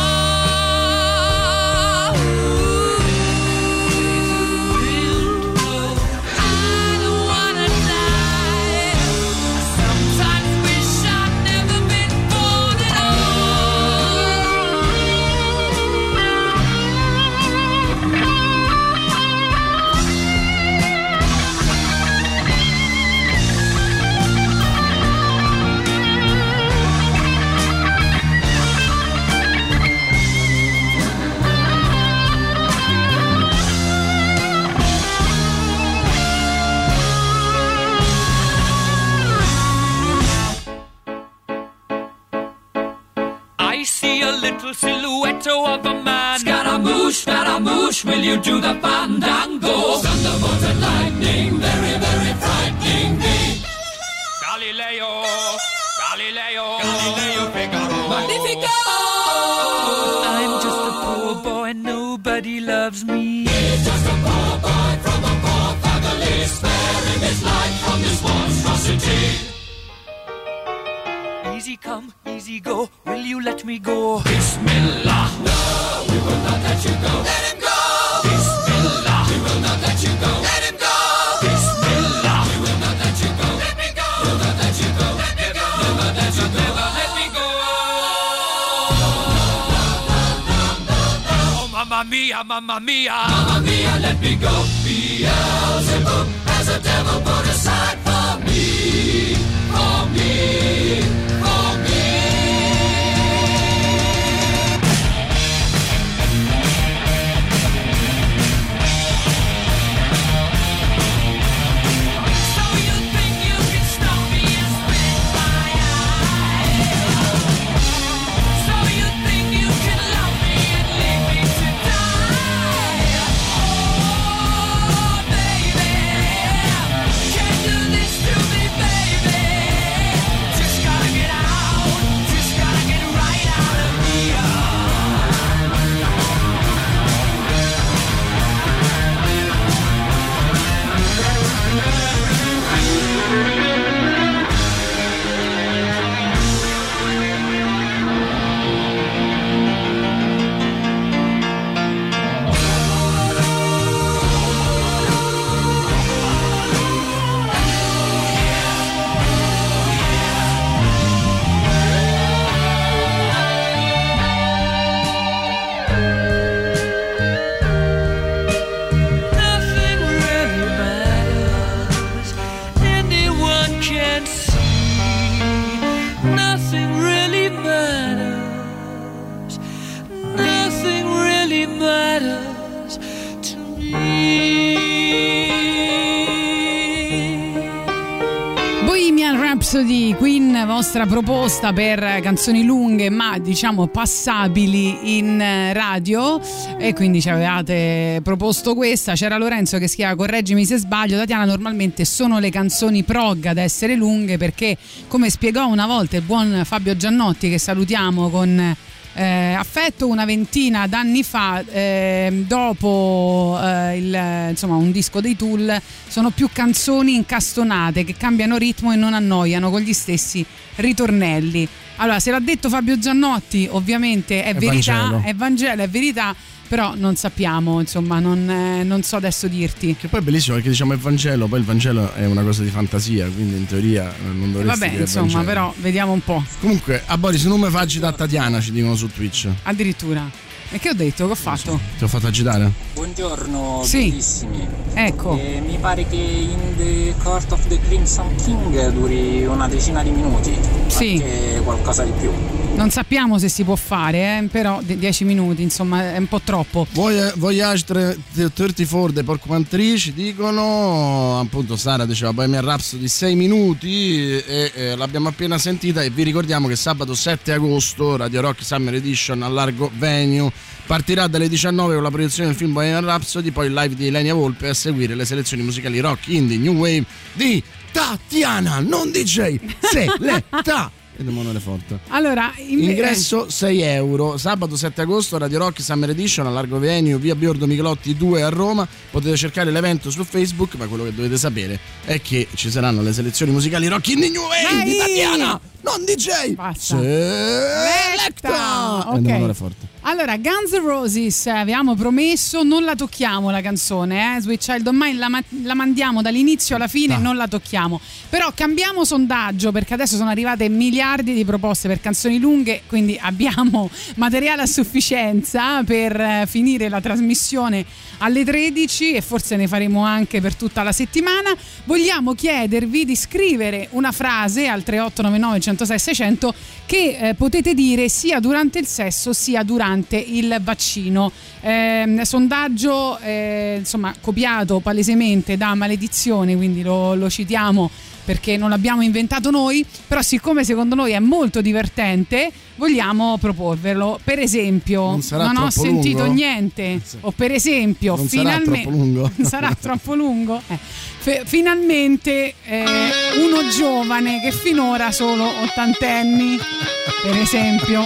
Speaker 5: I don't wanna die. Sometimes wish I'd never been born at I see a little silhouette of a man. Scaramouche, will you do the fandango? Thunderbolt and lightning, very, very frightening me. Galileo, Figaro. Magnifico! I'm just a poor boy, nobody loves me. He's just a poor boy from a poor family, sparing his life from this monstrosity. Easy come, easy go, will you let me go? Bismillah, no, we will not let you go. Let him go! Bismillah, we will not let you go. Let him go! Bismillah, we will not let you go. Let me go! We'll not let you go. Let me go! Never let you go. Never let me go. Oh, mamma mia, mamma mia. Mamma mia, let me go. Beelzebub has a devil put aside for me. For me. For me. So you think you can stop me and spit my eye? So you think you can love me and leave me to die? Oh, baby, can't do this
Speaker 3: Rhapsody, Queen, vostra proposta per canzoni lunghe ma diciamo passabili in radio, e quindi ci avevate proposto questa. C'era Lorenzo che scriveva: correggimi se sbaglio Tatiana, normalmente sono le canzoni prog ad essere lunghe, perché come spiegò una volta il buon Fabio Giannotti, che salutiamo con affetto, una ventina d'anni fa, dopo insomma un disco dei Tool, sono più canzoni incastonate che cambiano ritmo e non annoiano con gli stessi ritornelli. Allora, se l'ha detto Fabio Giannotti, ovviamente è verità, Vangelo. È Vangelo, è verità, però non sappiamo, insomma, non so adesso dirti.
Speaker 4: Che poi è bellissimo perché diciamo è Vangelo, poi il Vangelo è una cosa di fantasia, quindi in teoria non dovresti
Speaker 3: vabbè,
Speaker 4: dire
Speaker 3: insomma,
Speaker 4: Vangelo.
Speaker 3: però vediamo un po'.
Speaker 4: Comunque, a Boris non mi fa agitare Tatiana, ci dicono su Twitch.
Speaker 3: Addirittura. E che ho detto? Che ho fatto?
Speaker 4: Ti ho fatto agitare?
Speaker 13: Buongiorno,
Speaker 3: sì.
Speaker 13: Bellissimi.
Speaker 3: Ecco.
Speaker 13: Mi pare che in The Court of the Crimson King duri una decina di minuti.
Speaker 3: Sì.
Speaker 13: Anche qualcosa di più.
Speaker 3: Non sappiamo se si può fare, però 10 minuti, insomma, è un po' troppo.
Speaker 4: Voyage 34 dei Porcupine ci dicono, appunto Sara diceva Bohemian Rhapsody 6 minuti e l'abbiamo appena sentita, e vi ricordiamo che sabato 7 agosto Radio Rock Summer Edition al Largo Venue partirà dalle 19 con la proiezione del film Bohemian Rhapsody, poi il live di Elenia Volpe, a seguire le selezioni musicali rock, indie, new wave di Tatiana, non DJ, Seletta.
Speaker 3: Allora,
Speaker 4: ingresso 6 euro, sabato 7 agosto Radio Rock Summer Edition a Largo Venue, via Biordo Michelotti 2 a Roma. Potete cercare l'evento su Facebook, ma quello che dovete sapere è che ci saranno le selezioni musicali rock in New Wave di Tatiana, non DJ. Seletta.
Speaker 3: Ok. Allora, Guns N' Roses, avevamo promesso, non la tocchiamo la canzone, Sweet Child of Mine, la mandiamo dall'inizio alla fine, non la tocchiamo. Però cambiamo sondaggio, perché adesso sono arrivate miliardi di proposte per canzoni lunghe, quindi abbiamo materiale a sufficienza per finire la trasmissione alle 13 e forse ne faremo anche per tutta la settimana. Vogliamo chiedervi di scrivere una frase al 3899 106 600 che potete dire sia durante il sesso sia durante il vaccino. Sondaggio insomma copiato palesemente da Maledizione, quindi lo citiamo perché non l'abbiamo inventato noi, però siccome secondo noi è molto divertente vogliamo proporverlo. Per esempio, non ho sentito niente, o per esempio
Speaker 4: non
Speaker 3: finalmente sarà troppo lungo. Finalmente uno giovane che finora solo ottantenni, per esempio.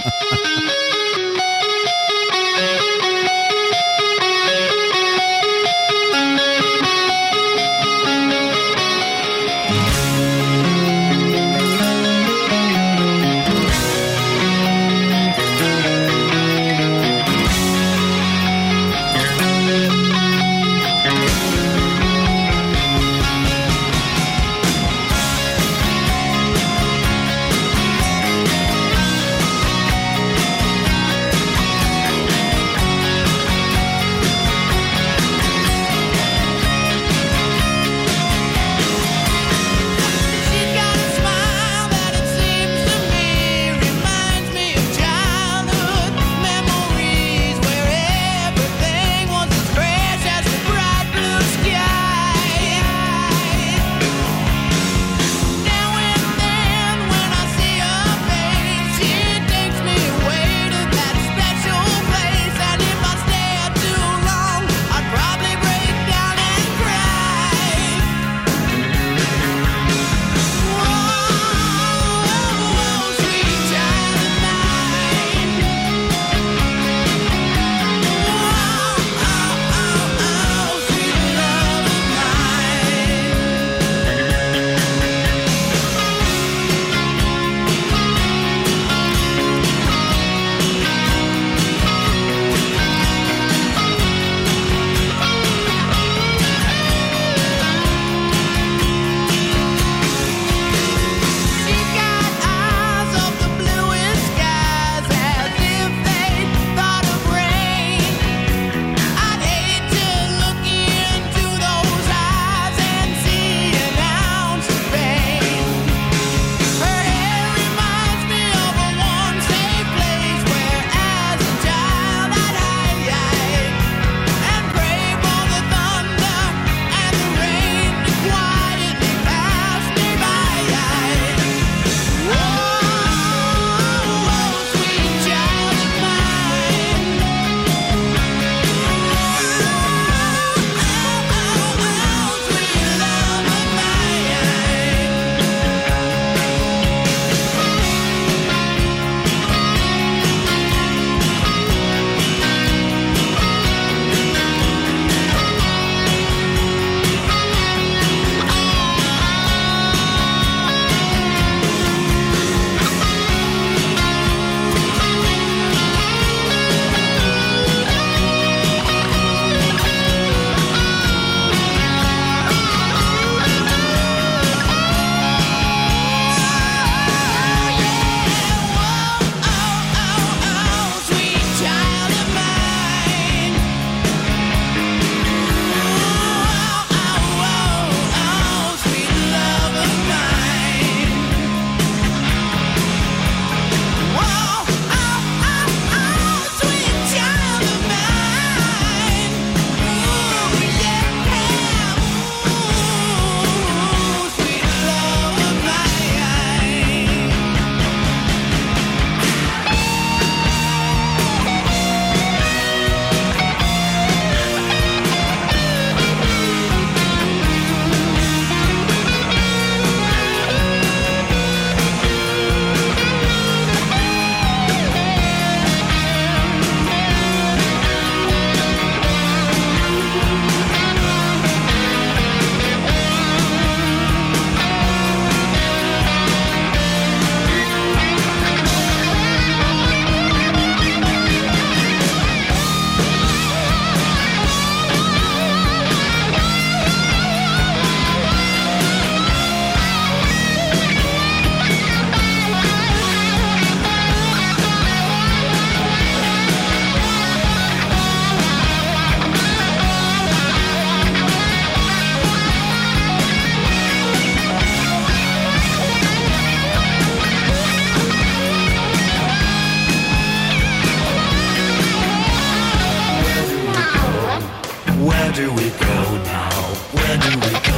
Speaker 5: do we go now? Where do we go?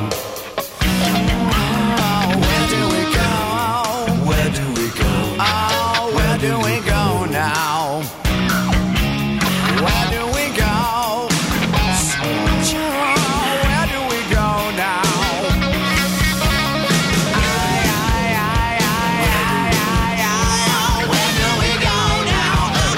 Speaker 5: Where do we go? Where do we go? Oh, where do we go now? Where do we go? Where do we go now? Where do we go now?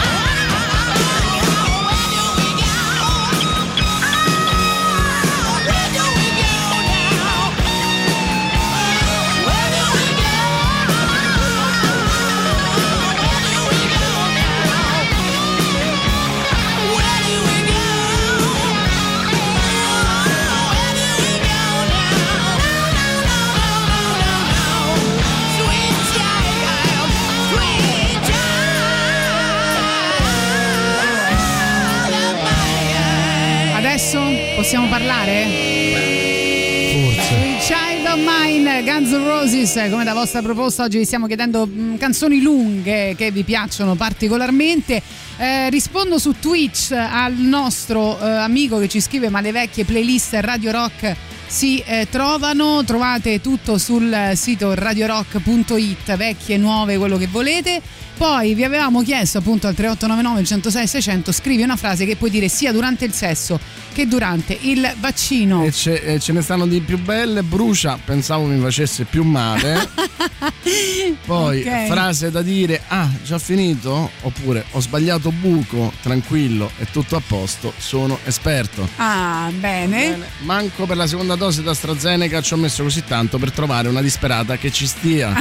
Speaker 3: Adesso possiamo parlare?
Speaker 4: Forse.
Speaker 3: Child of Mine, Guns N' Roses, come da vostra proposta oggi vi stiamo chiedendo canzoni lunghe che vi piacciono particolarmente. Rispondo su Twitch al nostro amico che ci scrive: ma le vecchie playlist Radio Rock si trovate tutto sul sito radiorock.it, vecchie, nuove, quello che volete. Poi vi avevamo chiesto appunto al 3899 106 600, scrivi una frase che puoi dire sia durante il sesso che durante il vaccino.
Speaker 4: E ce ne stanno di più belle. Brucia, pensavo mi facesse più male. Poi
Speaker 3: Okay.
Speaker 4: frase da dire: ah, già finito? Oppure ho sbagliato buco, tranquillo, è tutto a posto, sono esperto.
Speaker 3: Ah, bene.
Speaker 4: Manco per la seconda dose d'AstraZeneca ci ho messo così tanto per trovare una disperata che ci stia.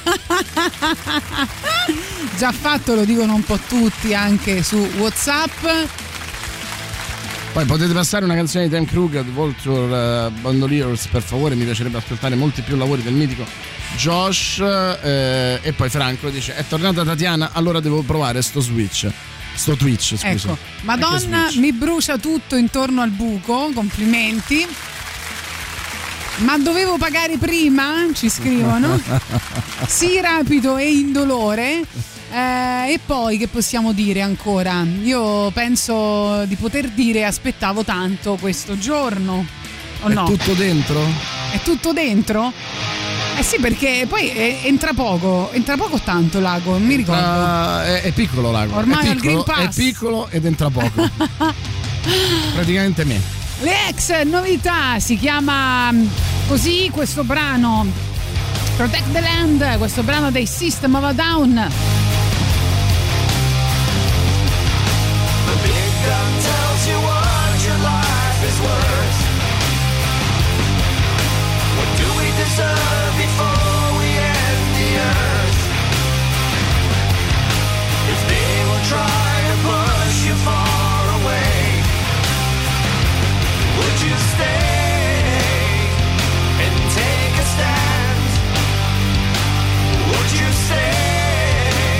Speaker 3: Già fatto, lo dicono un po' tutti anche su WhatsApp.
Speaker 4: Poi potete passare una canzone di Tim Krug, Vulture Bandoliers, per favore, mi piacerebbe ascoltare molti più lavori del mitico Josh. E poi Franco dice: è tornata Tatiana, allora devo provare sto Twitch, scusa.
Speaker 3: Ecco, Madonna, mi brucia tutto intorno al buco, complimenti. Ma dovevo pagare prima? Ci scrivono. Sì, rapido e indolore. E poi che possiamo dire ancora? Io penso di poter dire aspettavo tanto questo giorno. O
Speaker 4: è
Speaker 3: no?
Speaker 4: tutto dentro?
Speaker 3: È tutto dentro? Eh sì, perché poi entra poco tanto l'ago, non mi ricordo.
Speaker 4: È piccolo l'ago.
Speaker 3: Ormai
Speaker 4: è
Speaker 3: al Green
Speaker 4: piccolo,
Speaker 3: Pass.
Speaker 4: è piccolo ed entra poco. Praticamente me.
Speaker 3: Le ex novità, si chiama così questo brano, Protect the Land, questo brano dei System of a Down.
Speaker 5: The big gun tells you what your life is worth. What do we deserve before we end the earth? If they will try to push you far away, would you stay and take a stand? Would you stay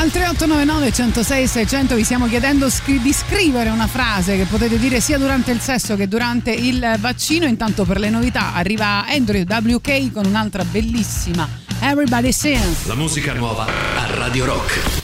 Speaker 3: Al 3899 106 600 vi stiamo chiedendo di scrivere una frase che potete dire sia durante il sesso che durante il vaccino. Intanto per le novità arriva Andrew WK con un'altra bellissima, Everybody Sings.
Speaker 1: La musica nuova a Radio Rock.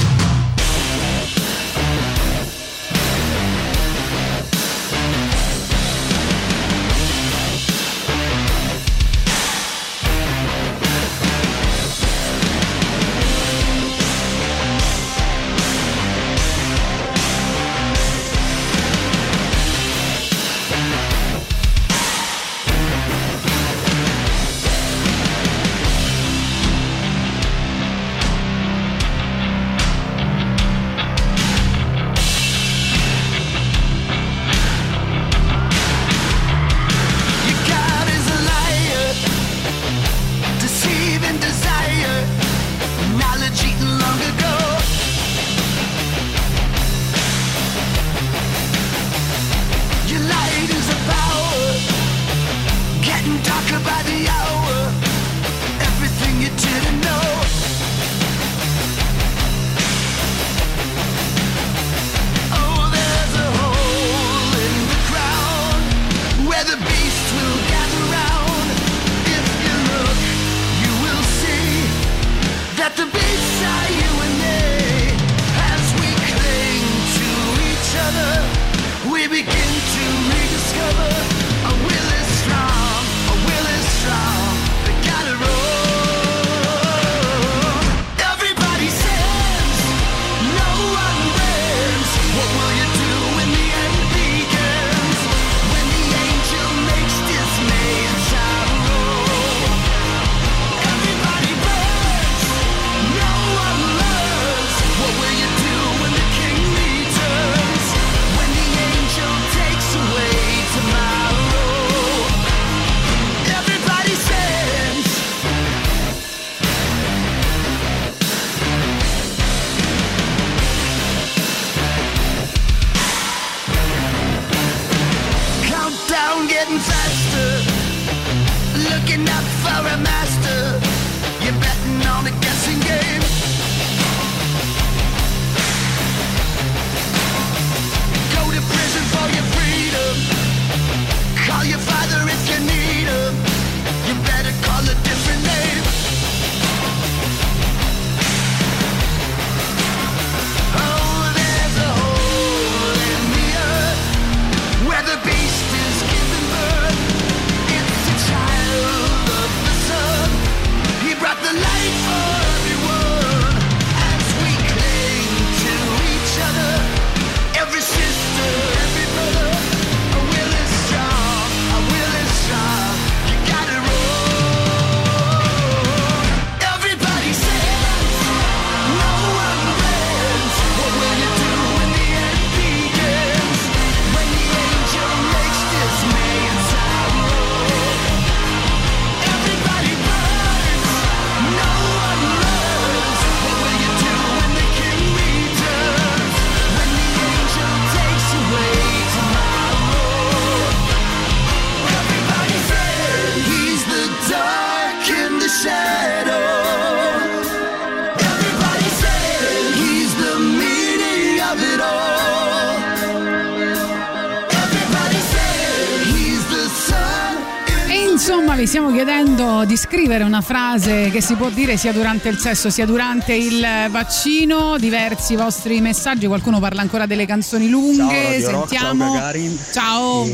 Speaker 3: Vi stiamo chiedendo di scrivere una frase che si può dire sia durante il sesso sia durante il vaccino. Diversi vostri messaggi, qualcuno parla ancora delle canzoni lunghe.
Speaker 14: Ciao,
Speaker 3: sentiamo.
Speaker 14: Ciao Gagarin.
Speaker 3: Ciao.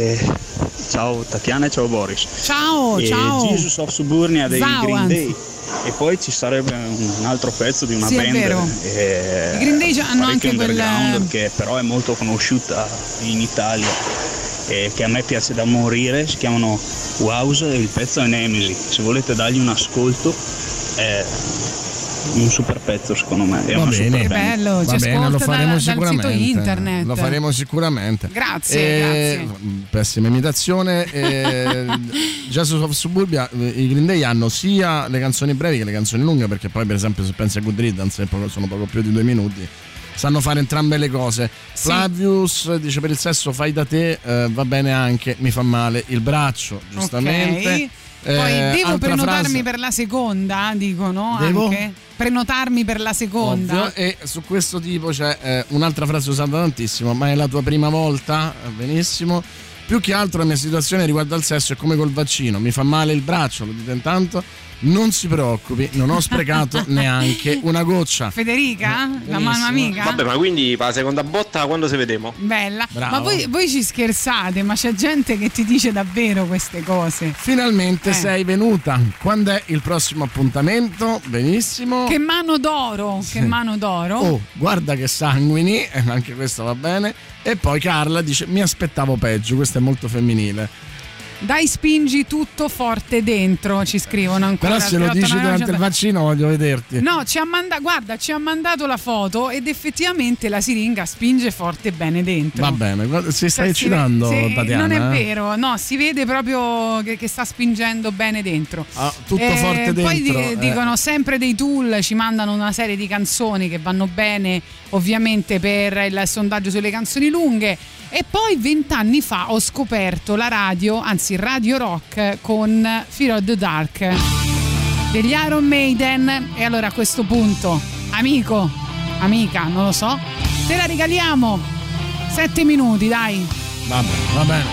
Speaker 14: Ciao Tatiana e ciao Boris.
Speaker 3: Ciao, ciao.
Speaker 14: Jesus of Suburnia dei Green Day. E poi ci sarebbe un altro pezzo di una
Speaker 3: sì,
Speaker 14: band.
Speaker 3: È vero. I Green Day hanno anche quel
Speaker 14: che però è molto conosciuta in Italia. Che a me piace da morire, si chiamano Wows e il pezzo è Nemesi. Se volete dargli un ascolto è un super pezzo secondo me. È
Speaker 3: va bene, bello,
Speaker 4: va bene, lo faremo sicuramente.
Speaker 3: Dal sito internet.
Speaker 4: Lo faremo sicuramente.
Speaker 3: Grazie.
Speaker 4: Pessima imitazione. Jesus of Suburbia, i Green Day hanno sia le canzoni brevi che le canzoni lunghe, perché poi per esempio se pensi a Good Riddance sono poco più di 2 minuti. Sanno fare entrambe le cose. Sì. Flavius dice: per il sesso fai da te, va bene anche, mi fa male il braccio, giustamente.
Speaker 3: Okay. Poi devo prenotarmi per la seconda, dicono.
Speaker 4: Devo?
Speaker 3: Anche prenotarmi per la seconda.
Speaker 4: Ovvio. E su questo tipo c'è un'altra frase usata tantissimo: ma è la tua prima volta? Benissimo. Più che altro la mia situazione riguardo al sesso è come col vaccino, mi fa male il braccio, lo dite intanto. Non si preoccupi, non ho sprecato neanche una goccia.
Speaker 3: Federica? La mamma amica?
Speaker 15: Vabbè, ma quindi la seconda botta quando se vedemo?
Speaker 3: Bella.
Speaker 4: Bravo.
Speaker 3: Ma voi ci scherzate, ma c'è gente che ti dice davvero queste cose.
Speaker 4: Finalmente sei venuta. Quando è il prossimo appuntamento? Benissimo.
Speaker 3: Che mano d'oro, che mano d'oro.
Speaker 4: Oh, guarda che sanguini, anche questo va bene. E poi Carla dice: mi aspettavo peggio, questo è molto femminile.
Speaker 3: Dai, spingi tutto forte dentro, ci scrivono ancora.
Speaker 4: Però se lo dici durante il vaccino voglio vederti.
Speaker 3: No, ci ha mandato la foto ed effettivamente la siringa spinge forte bene dentro.
Speaker 4: Va bene, si sta eccitando Tatiana.
Speaker 3: Non è vero, no, si vede proprio che sta spingendo bene dentro.
Speaker 4: Tutto forte dentro.
Speaker 3: Poi dicono sempre dei Tool, ci mandano una serie di canzoni che vanno bene ovviamente per il sondaggio sulle canzoni lunghe. E poi 20 anni fa ho scoperto la radio, anzi Radio Rock, con Fear of the Dark degli Iron Maiden. E allora a questo punto, amico, amica, non lo so, te la regaliamo. 7 minuti, dai.
Speaker 4: Vabbè, va bene.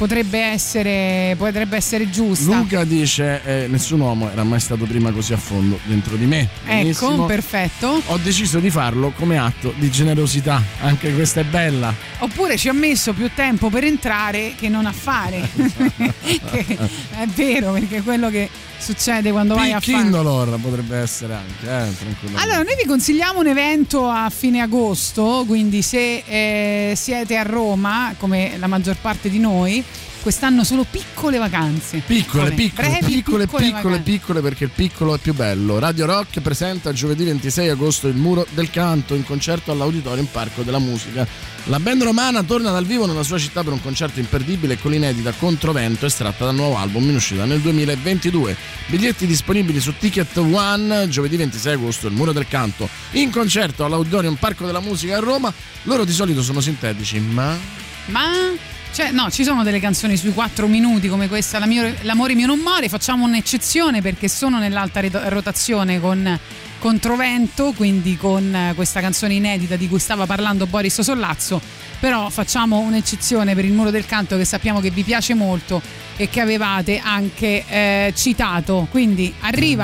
Speaker 3: potrebbe essere giusta.
Speaker 4: Luca dice nessun uomo era mai stato prima così a fondo dentro di me. Benissimo.
Speaker 3: Ecco, perfetto.
Speaker 4: Ho deciso di farlo come atto di generosità, anche questa è bella.
Speaker 3: Oppure ci ha messo più tempo per entrare che non a fare. È vero, perché è quello che succede quando vai a fare.
Speaker 4: Kindle potrebbe essere anche, tranquillamente.
Speaker 3: Allora, noi vi consigliamo un evento a fine agosto, quindi se siete a Roma, come la maggior parte di noi, quest'anno solo piccole vacanze.
Speaker 4: Piccole, perché il piccolo è più bello. Radio Rock presenta giovedì 26 agosto il Muro del Canto in concerto all'Auditorium Parco della Musica. La band romana torna dal vivo nella sua città per un concerto imperdibile con l'inedita Controvento, estratta dal nuovo album in uscita nel 2022. Biglietti disponibili su Ticket One. Giovedì 26 agosto il Muro del Canto in concerto all'Auditorium Parco della Musica a Roma. Loro di solito sono sintetici, ma
Speaker 3: cioè, no, ci sono delle canzoni sui 4 minuti come questa, L'amore mio non muore. Facciamo un'eccezione perché sono nell'alta rotazione con Controvento, quindi con questa canzone inedita di cui stava parlando Boris Sollazzo. Però facciamo un'eccezione per il Muro del Canto, che sappiamo che vi piace molto e che avevate anche citato. Quindi arriva.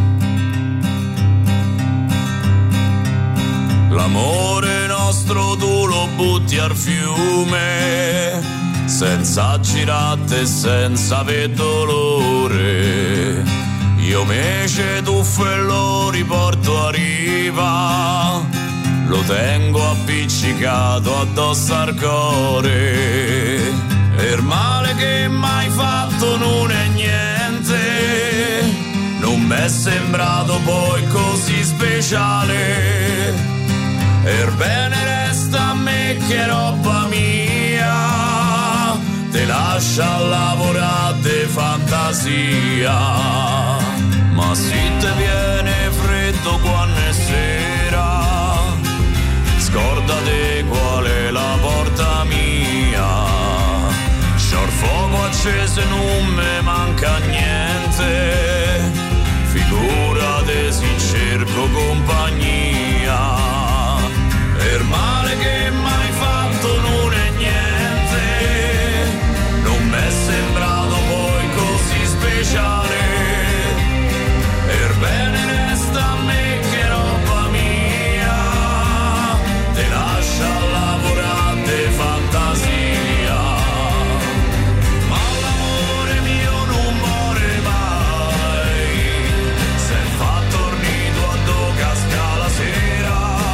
Speaker 16: L'amore nostro tu lo butti al fiume, senza girate e senza aver dolore. Io me ce tuffo e lo riporto a riva, lo tengo appiccicato addosso al cuore. E il male che m'hai fatto non è niente, non m'è sembrato poi così speciale. E il bene resta a me che è roba mia, te lascia lavorare de fantasia. Ma se te viene freddo quando è sera, scordate qual è la porta mia. C'ho il fuoco acceso e non me manca niente, figurate se cerco compagnia. Il male che m'hai fatto non è niente, non m'è sembrato poi così speciale. Il bene resta a me che è roba mia, te lascia lavorare de fantasia. Ma l'amore mio non muore mai, se fa tornito a do casca la sera.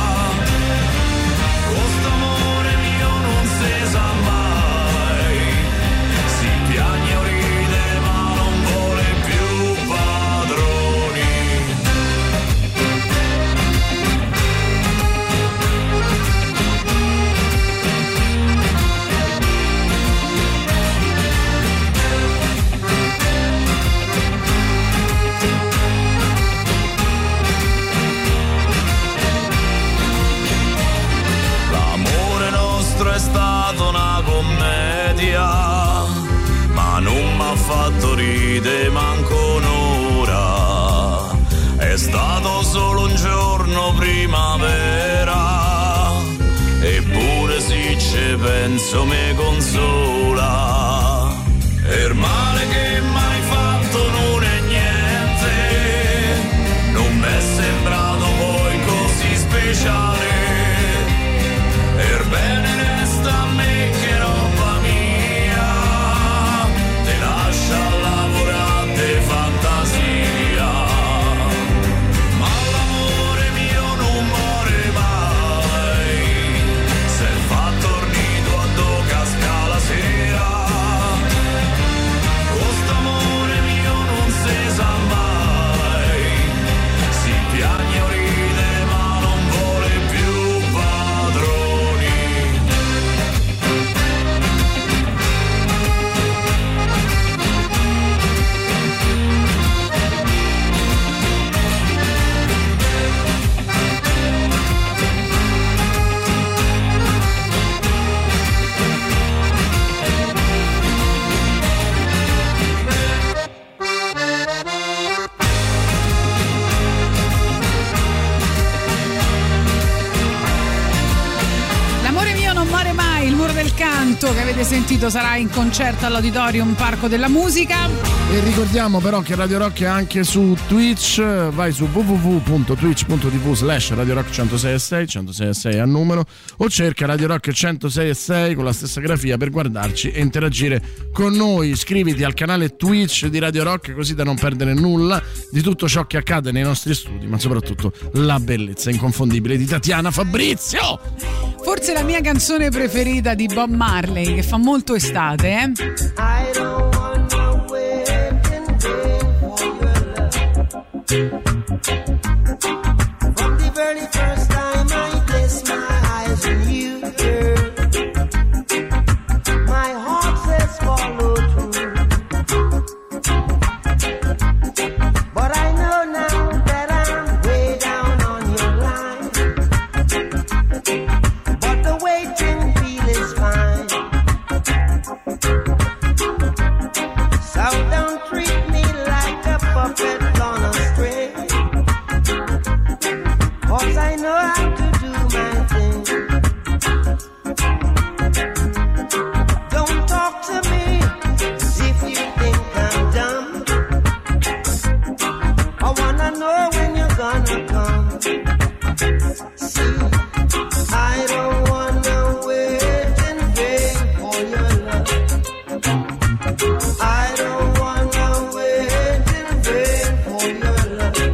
Speaker 16: È stata una commedia, ma non m'ha fatto ridere manco un'ora. È stato solo un giorno primavera, eppure se ci penso mi consola. E il male che m'hai fatto non è niente, non m'è sembrato poi così speciale. E il bene resta a me che roba mia, te lascia lavorare de fantasia. Ma l'amore mio non muore mai, se fa tornito a do casca la sera.
Speaker 3: canto che avete sentito sarà in concerto all'Auditorium Parco della Musica.
Speaker 4: E ricordiamo però che Radio Rock è anche su Twitch, vai su www.twitch.tv/Radio Rock 106.6, 106.6 a numero, o cerca Radio Rock 106.6 con la stessa grafia per guardarci e interagire con noi. Iscriviti al canale Twitch di Radio Rock così da non perdere nulla di tutto ciò che accade nei nostri studi, ma soprattutto la bellezza inconfondibile di Tatiana Fabrizio.
Speaker 3: Forse la mia canzone preferita di Bob Marley, che fa molto estate, I don't wanna wait in vain for your love. From the very first time I placed my eyes on you, girl, my heart says follow through. But I know now that I'm way down on your line. But the waiting feel is fine. So don't treat me like a puppet on a string, 'cause I know how to do my thing. Don't talk to me as if you think I'm dumb. I wanna know when you're gonna come. See, I don't wanna wait in vain for your love. I don't wanna wait in vain for your love.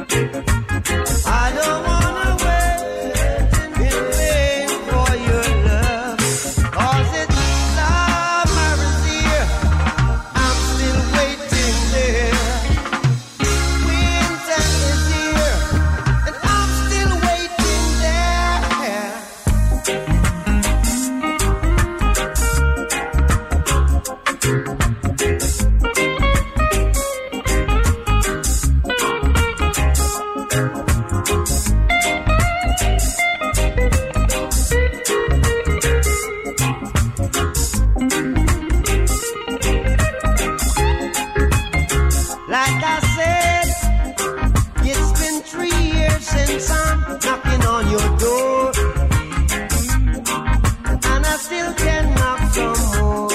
Speaker 3: I don't wanna wait in vain for your love. 'Cause it's summer is here, I'm still waiting there. Winter is here, and I'm still waiting there. Like I said, it's been 3 years since I'm knocking on your door, and I still can knock some more.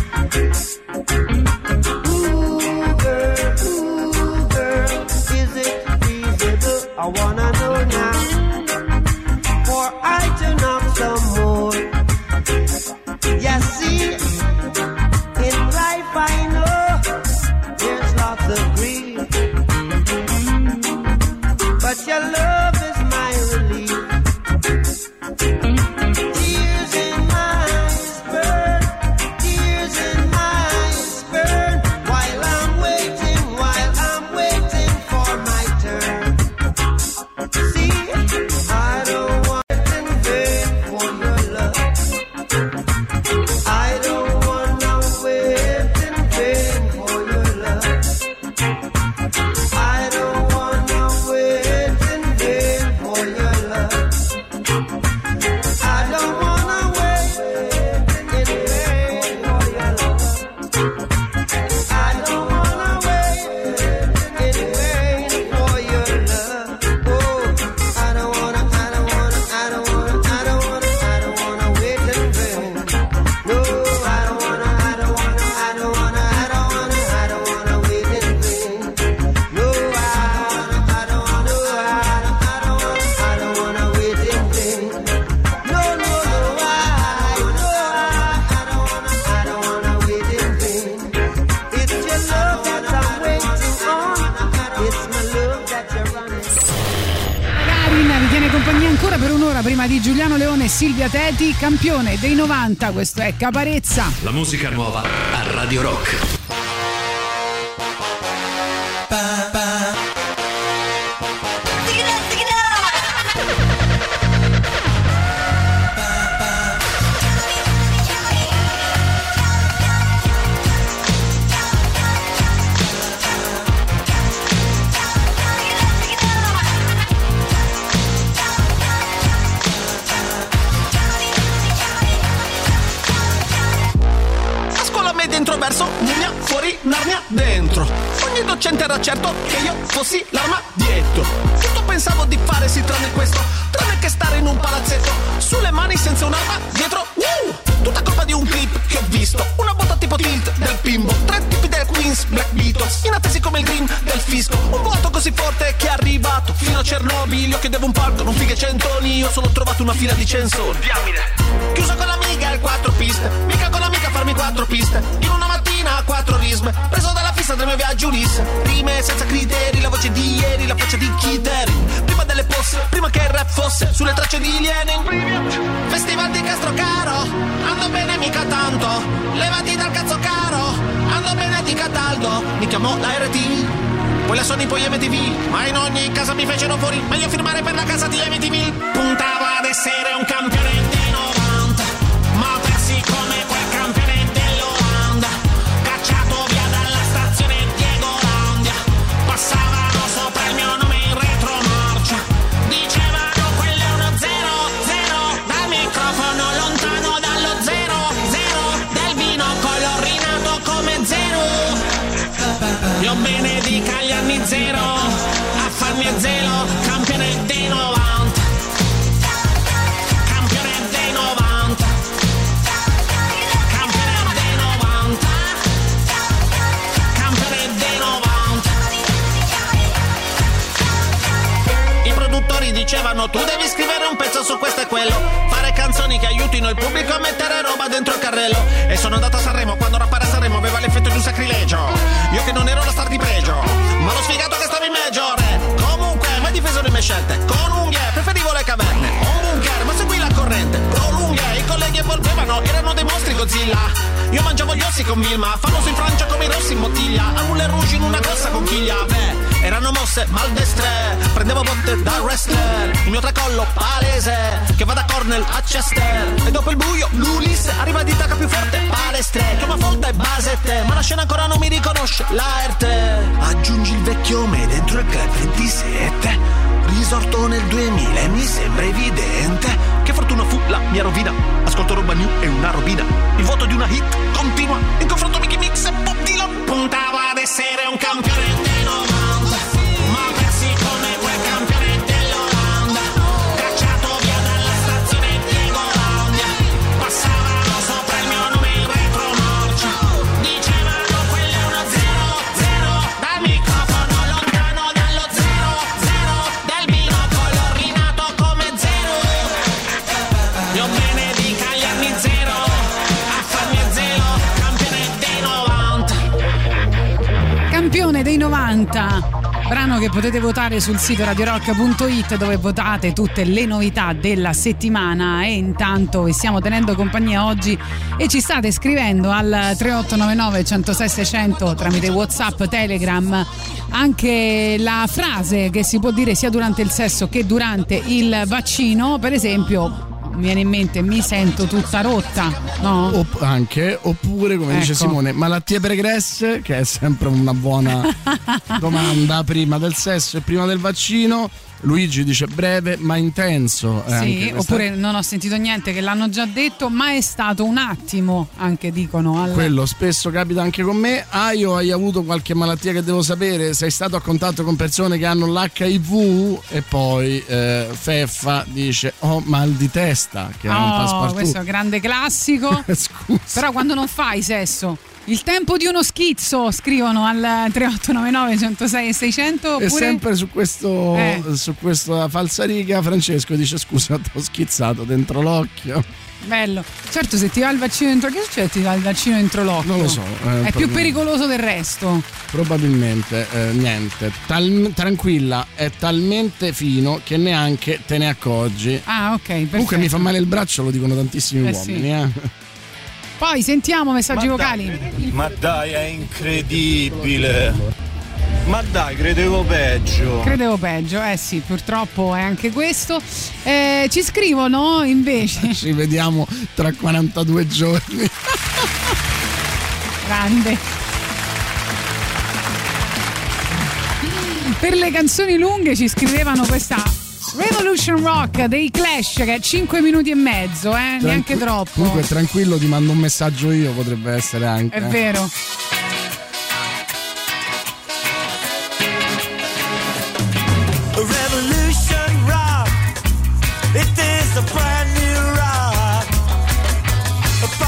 Speaker 3: Ooh girl, is it feasible? I wanna know now, for I to knock some more. Yeah, see, in life I know there's lots of grief, but your love is my relief. Tears in my eyes burn, tears in my eyes burn, while I'm waiting for my turn. See, I don't want in vain for your love. I don't wanna wait in vain for your love. I don't wanna wait in vain for your love. I don't wanna wait in vain for your love. I don't wanna wait in vain for your love. Oh, I don't wanna wait in vain. No, I don't wanna wait in vain. No, I don't wanna wait in vain. No, I don't wanna wait in vain. It's your love that I'm waiting on. It's my love that you're running. Karin vi tiene compagnia ancora per un'ora prima di Giuliano Leone e Silvia Teti, campione dei 90. Questo è Caparezza.
Speaker 1: La musica nuova a Radio Rock.
Speaker 17: A scuola media introverso, Mugna, fuori, Narnia, dentro. Ogni docente era certo che io fossi l'armadietto. Tutto pensavo di fare sì tranne questo, tranne che stare in un palazzetto, sulle mani senza un'arma, dietro, tutta colpa di un clip che ho visto. Una botta tipo tilt del bimbo, 3 tipi del Queens, Black Beatles, inattesi come il green del fisco. Un vuoto così forte che è arrivato fino a Chernobyl. Io chiedevo un palco, non fighe centoni, io solo ho trovato una fila di censori. Diamine. Chiuso con l'amica il 4 piste, mica con l'amica farmi 4 piste. In una mattina 4 risme, preso dalla fissa del mio viaggio Ulisse. Rime senza criteri, la voce di ieri, la faccia di Kiteri. Prima delle posse, prima che il rap fosse sulle tracce di Lenin. Festival di Castrocaro, ando bene mica tanto. Levati dal cazzo caro, ando bene di Cataldo. Mi chiamò la RT, poi la Sony, poi MTV. Ma in ogni casa mi fecero fuori, meglio firmare per la casa di MTV. Puntava ad essere un campione dei 90, ma persi come quel campione dell'Olanda. Cacciato via dalla stazione Diego Landia, passavano sopra il mio nome in retromarcia. Dicevano quello è uno 0-0, dal microfono lontano dallo 0-0, del binocolo rinato come zero. Io benedica gli anni 0, a farmi zelo, campione dei 90. Campione dei 90. Campione dei 90. Campione dei 90. I produttori dicevano tu devi scrivere un pezzo su questo e quello, fare canzoni che aiutino il pubblico a mettere roba dentro il carrello. E sono andato a Sanremo quando rappare a Sanremo aveva l'effetto di un sacrilegio. Io che non ero la star di pregio, ma lo sfigato che stava in maggiore. Comunque mai difeso le mie scelte, con unghie preferivo le caverne. Un bunker ma seguì la corrente, pro lunghe i colleghi evolvevano, erano dei mostri Godzilla. Io mangiavo gli ossi con Vilma, famoso in Francia come i rossi in bottiglia. A Moulin Rouge in una grossa conchiglia. Beh, erano mosse maldestre, prendevo botte da wrestler. Il mio tracollo palese, che va da Cornell a Chester. E dopo il buio l'Ulisse arriva di tacca più forte, palestre. Chiama Folta e Basette, ma la scena ancora non mi riconosce l'arte. Aggiungi il vecchio me dentro il club 27. Risorto nel 2000 e mi sembra evidente che fortuna fu la mia rovina. Ascolto roba new e una robina. Il vuoto di una hit continua in confronto Mickey Mix e Bob Dylan. Puntava ad essere un campione dei 90, ma persi come quel campione dell'Olanda. Cacciato via dalla stazione Diego Landia, passavano sopra il mio nome in retromarcia. Dicevano quello è uno 0-0, dal microfono lontano dallo 0-0, del binocolo rinato come zero. Io benedica gli anni 0, a farmi zelo, campione dei 90.
Speaker 3: Campione dei 90, brano che potete votare sul sito radiorock.it, dove votate tutte le novità della settimana. E intanto vi stiamo tenendo compagnia oggi e ci state scrivendo al 3899 106 600 tramite WhatsApp, Telegram, anche la frase che si può dire sia durante il sesso che durante il vaccino. Per esempio, mi viene in mente mi sento tutta rotta, no?
Speaker 4: Anche, oppure come dice Simone, malattie pregresse, che è sempre una buona domanda prima del sesso e prima del vaccino. Luigi dice breve ma intenso.
Speaker 3: Sì, oppure non ho sentito niente, che l'hanno già detto, ma è stato un attimo, anche dicono.
Speaker 4: Quello spesso capita anche con me. Hai avuto qualche malattia che devo sapere? Sei stato a contatto con persone che hanno l'HIV? E poi Feffa dice ho mal di testa, che è un passepartout. Questo è un
Speaker 3: grande classico.
Speaker 4: Scusa.
Speaker 3: Però quando non fai sesso, il tempo di uno schizzo, scrivono al 3899 106 600. Oppure...
Speaker 4: E sempre su questa falsariga Francesco dice scusa, ti ho schizzato dentro l'occhio.
Speaker 3: Bello. Certo, se ti va il vaccino dentro, che succede? Ti va il vaccino dentro l'occhio?
Speaker 4: Non lo so.
Speaker 3: È più pericoloso del resto.
Speaker 4: Probabilmente niente. Tranquilla, è talmente fino che neanche te ne accorgi.
Speaker 3: Ah, ok, perfetto.
Speaker 4: Comunque mi fa male il braccio, lo dicono tantissimi uomini.
Speaker 3: Sì. Poi sentiamo messaggi vocali.
Speaker 18: Ma dai, è incredibile. Ma dai, credevo peggio.
Speaker 3: Sì, purtroppo è anche questo. Ci scrivono invece.
Speaker 4: Ci vediamo tra 42 giorni.
Speaker 3: Grande. Per le canzoni lunghe ci scrivevano questa Revolution Rock dei Clash, che è 5 minuti e mezzo, neanche troppo.
Speaker 4: Comunque tranquillo, ti mando un messaggio io, potrebbe essere anche.
Speaker 3: È vero.
Speaker 5: Revolution Rock, it is a brand new rock.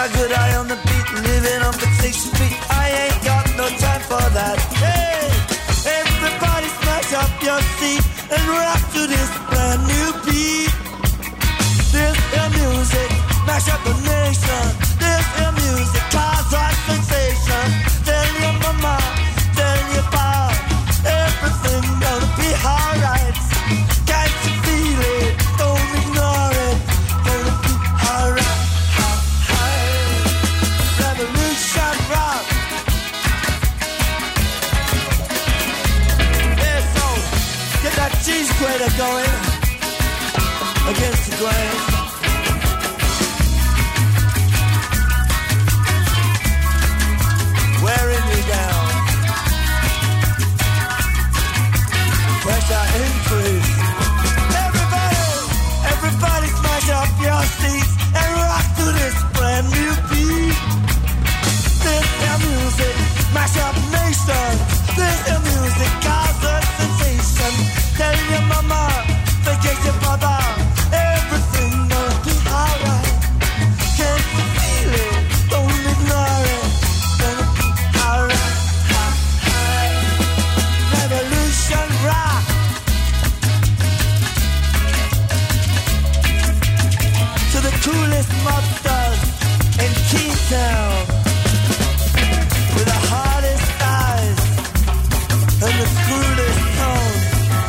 Speaker 5: good eye on the beat, living on fixation beat. I ain't got no time for that. Hey, everybody smash up your seat and rock to this brand new beat. This is music, mash up the nation. This is music, cause a sensation. Tell your mama, tell your pop, everything gonna be alright. Can't you feel it? Don't ignore it. Gonna be alright. Revolution rock. Yeah, so get that cheese grater going against the grain. Wearing you down. Pressure increase. Everybody smash up your seats and rock to this brand new beat. This is music, mash up nations. This is music, cause a sensation. Tell your mama, forget your papa, everything gonna be alright. Can't you feel it? Don't ignore it. Gonna be alright. Revolution rock. To the coolest mobsters in Keytown, with the hardest eyes and the cruelest tone.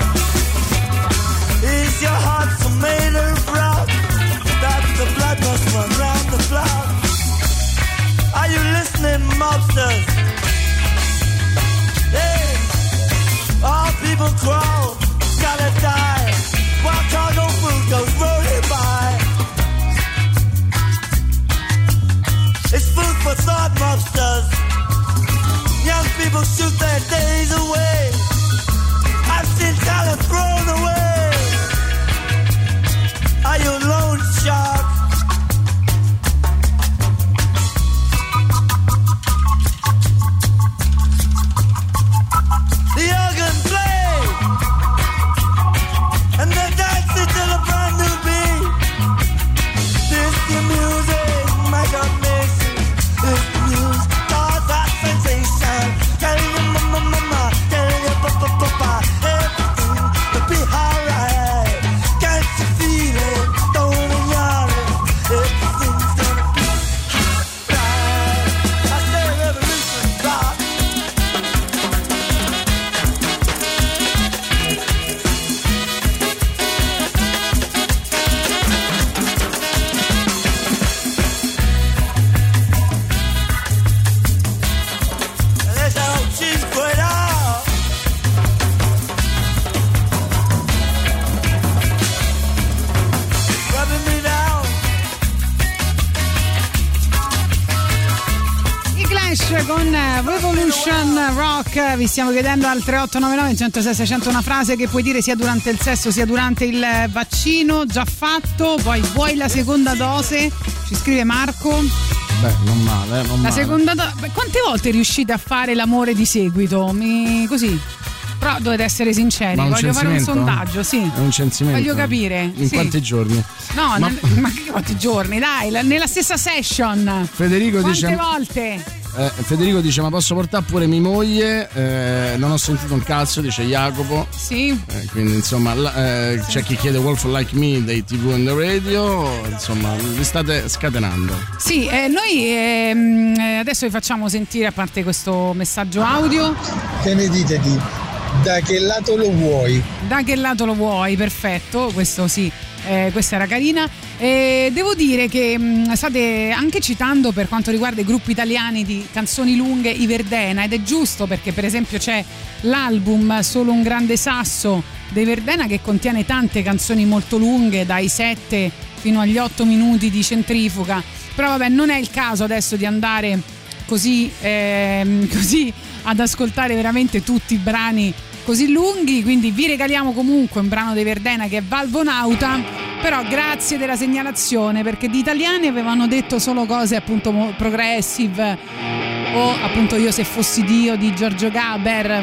Speaker 5: Is your heart so made of rock that the blood must run round the block? Are you listening, mobsters? Hey, all people crawl, gotta die, while cargo food goes rolling by. It's food for thought, mobsters. Young people shoot their days away. I've seen talent thrown away. Are you loan shark? The organ play, and they dance it to the brand new beat. This is music, my God, nation. This news, cause that sensation. Tell your mama, tell your papa, everything will be alright. Can't you feel it? Don't ignore it. Everything's gonna be alright. I say revolution rock. And there's that old cheese grater. Rubbing me down.
Speaker 3: I Clash con Revolution Rock. Vi stiamo chiedendo al 3899 106 600 una frase che puoi dire sia durante il sesso sia durante il vaccino già fatto. Poi vuoi la seconda dose? Ci scrive Marco.
Speaker 4: Beh, non male, non
Speaker 3: La
Speaker 4: male.
Speaker 3: seconda dose. Quante volte riuscite a fare l'amore di seguito? Così. Però dovete essere sinceri.
Speaker 4: Ma un
Speaker 3: Voglio fare un
Speaker 4: censimento?
Speaker 3: sondaggio, sì.
Speaker 4: È un censimento.
Speaker 3: Voglio capire.
Speaker 4: In
Speaker 3: sì.
Speaker 4: quanti giorni?
Speaker 3: No,
Speaker 4: Ma-
Speaker 3: ma che quanti giorni? Dai, nella stessa session.
Speaker 4: Federico
Speaker 3: Quante
Speaker 4: dice
Speaker 3: volte?
Speaker 4: Federico dice: ma posso portare pure mia moglie? Non ho sentito un cazzo, dice Jacopo.
Speaker 3: Sì.
Speaker 4: Quindi insomma c'è chi chiede Wolf Like Me dei TV and the Radio. Insomma, vi state scatenando.
Speaker 3: Sì, noi adesso vi facciamo sentire, a parte questo messaggio audio.
Speaker 19: Che ne dite di da che lato lo vuoi?
Speaker 3: Da che lato lo vuoi? Perfetto, questo sì. Questa era carina. Devo dire che state anche citando, per quanto riguarda i gruppi italiani di canzoni lunghe, i Verdena, ed è giusto, perché per esempio c'è l'album Solo un grande sasso dei Verdena che contiene tante canzoni molto lunghe, dai 7 fino agli 8 minuti di centrifuga. Però vabbè, non è il caso adesso di andare così ad ascoltare veramente tutti i brani così lunghi, quindi vi regaliamo comunque un brano dei Verdena che è Valvonauta. Però grazie della segnalazione, perché di italiani avevano detto solo cose appunto progressive, o appunto Io se fossi Dio di Giorgio Gaber.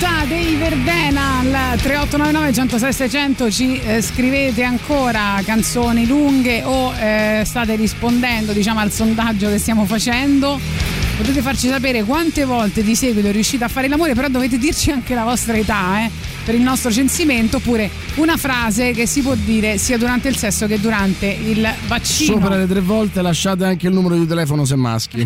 Speaker 3: città dei Verdena al 3899 106 600 ci scrivete ancora canzoni lunghe o state rispondendo, diciamo, al sondaggio che stiamo facendo. Potete farci sapere quante volte di seguito riuscite a fare l'amore, però dovete dirci anche la vostra età, per il nostro censimento, oppure una frase che si può dire sia durante il sesso che durante il vaccino.
Speaker 4: Sopra le 3 volte lasciate anche il numero di telefono se maschi.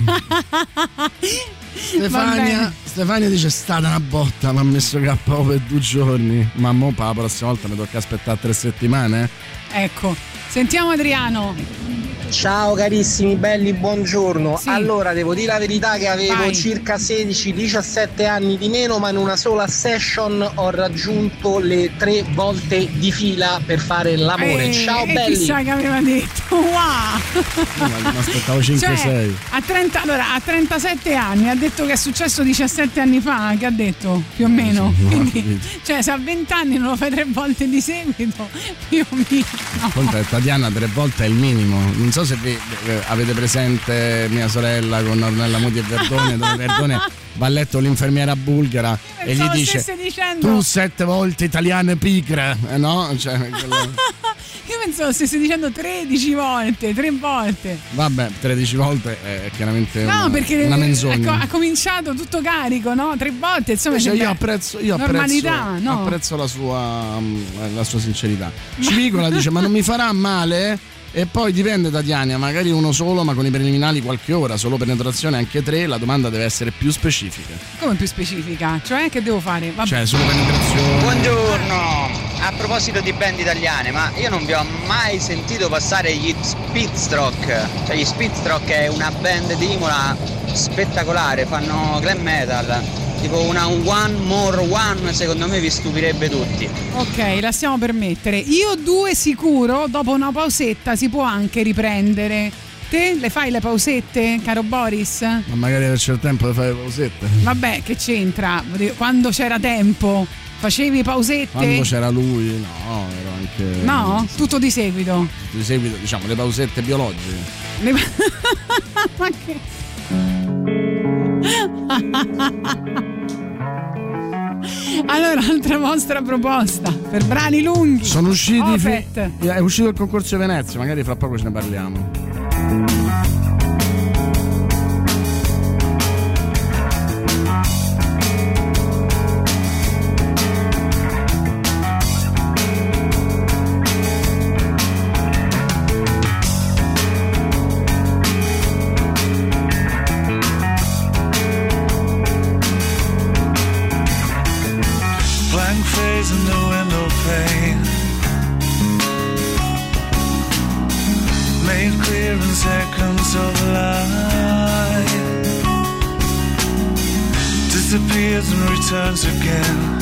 Speaker 4: Stefania dice: stata una botta, mi ha messo KO per 2 giorni. Ma mo la prossima volta mi tocca aspettare 3 settimane?
Speaker 3: Ecco, sentiamo Adriano.
Speaker 19: Ciao carissimi belli, buongiorno. Sì. Allora, devo dire la verità che avevo circa 16-17 anni di meno, ma in una sola session ho raggiunto le 3 volte di fila per fare l'amore. Ciao belli.
Speaker 3: Chissà che aveva detto. Wow.
Speaker 4: Mi aspettavo 5-6.
Speaker 3: A 37 anni ha detto che è successo 17 anni fa, che ha detto più o meno. Quindi, cioè, se a 20 anni non lo fai 3 volte di seguito, più o meno.
Speaker 4: Conta, Tatiana 3 volte è il minimo. Non so se avete presente Mia sorella con Ornella Muti e Verdone, dove Verdone va a letto l'infermiera bulgara e gli dice: tu 7 volte italiana pigra, no? Cioè,
Speaker 3: io pensavo stessi dicendo 13 volte, 3 volte.
Speaker 4: Vabbè, 13 volte è chiaramente una menzogna.
Speaker 3: Ha cominciato tutto carico, no? 3 volte, insomma,
Speaker 4: cioè, io apprezzo la sua sincerità. Civicola dice: ma non mi farà male? E poi dipende, Tatiana, magari uno solo, ma con i preliminari qualche ora, solo penetrazione anche 3, la domanda deve essere più specifica.
Speaker 3: Come più specifica? Cioè, che devo fare? Vabbè.
Speaker 4: Cioè, solo penetrazione.
Speaker 2: Buongiorno! A proposito di band italiane, ma io non vi ho mai sentito passare gli Speedstroke. Cioè, gli Speedstroke è una band di Imola spettacolare, fanno glam metal. Tipo una One More One, secondo me vi stupirebbe tutti.
Speaker 3: Ok, lasciamo permettere. Io 2 sicuro, dopo una pausetta si può anche riprendere. Te le fai le pausette, caro Boris?
Speaker 4: Ma magari c'è il tempo di fare le pausette.
Speaker 3: Vabbè, che c'entra? Quando c'era tempo facevi pausette?
Speaker 4: Quando c'era lui, no, ero anche...
Speaker 3: No? Tutto di seguito?
Speaker 4: Tutto di seguito, diciamo, le pausette biologiche.
Speaker 3: Ma che... Allora, altra vostra proposta per brani lunghi.
Speaker 4: Sono usciti è uscito il concorso di Venezia, magari fra poco ce ne parliamo.
Speaker 16: In the window pane, made clear in seconds of light, disappears and returns again,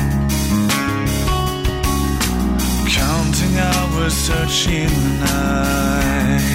Speaker 16: counting hours, searching the night.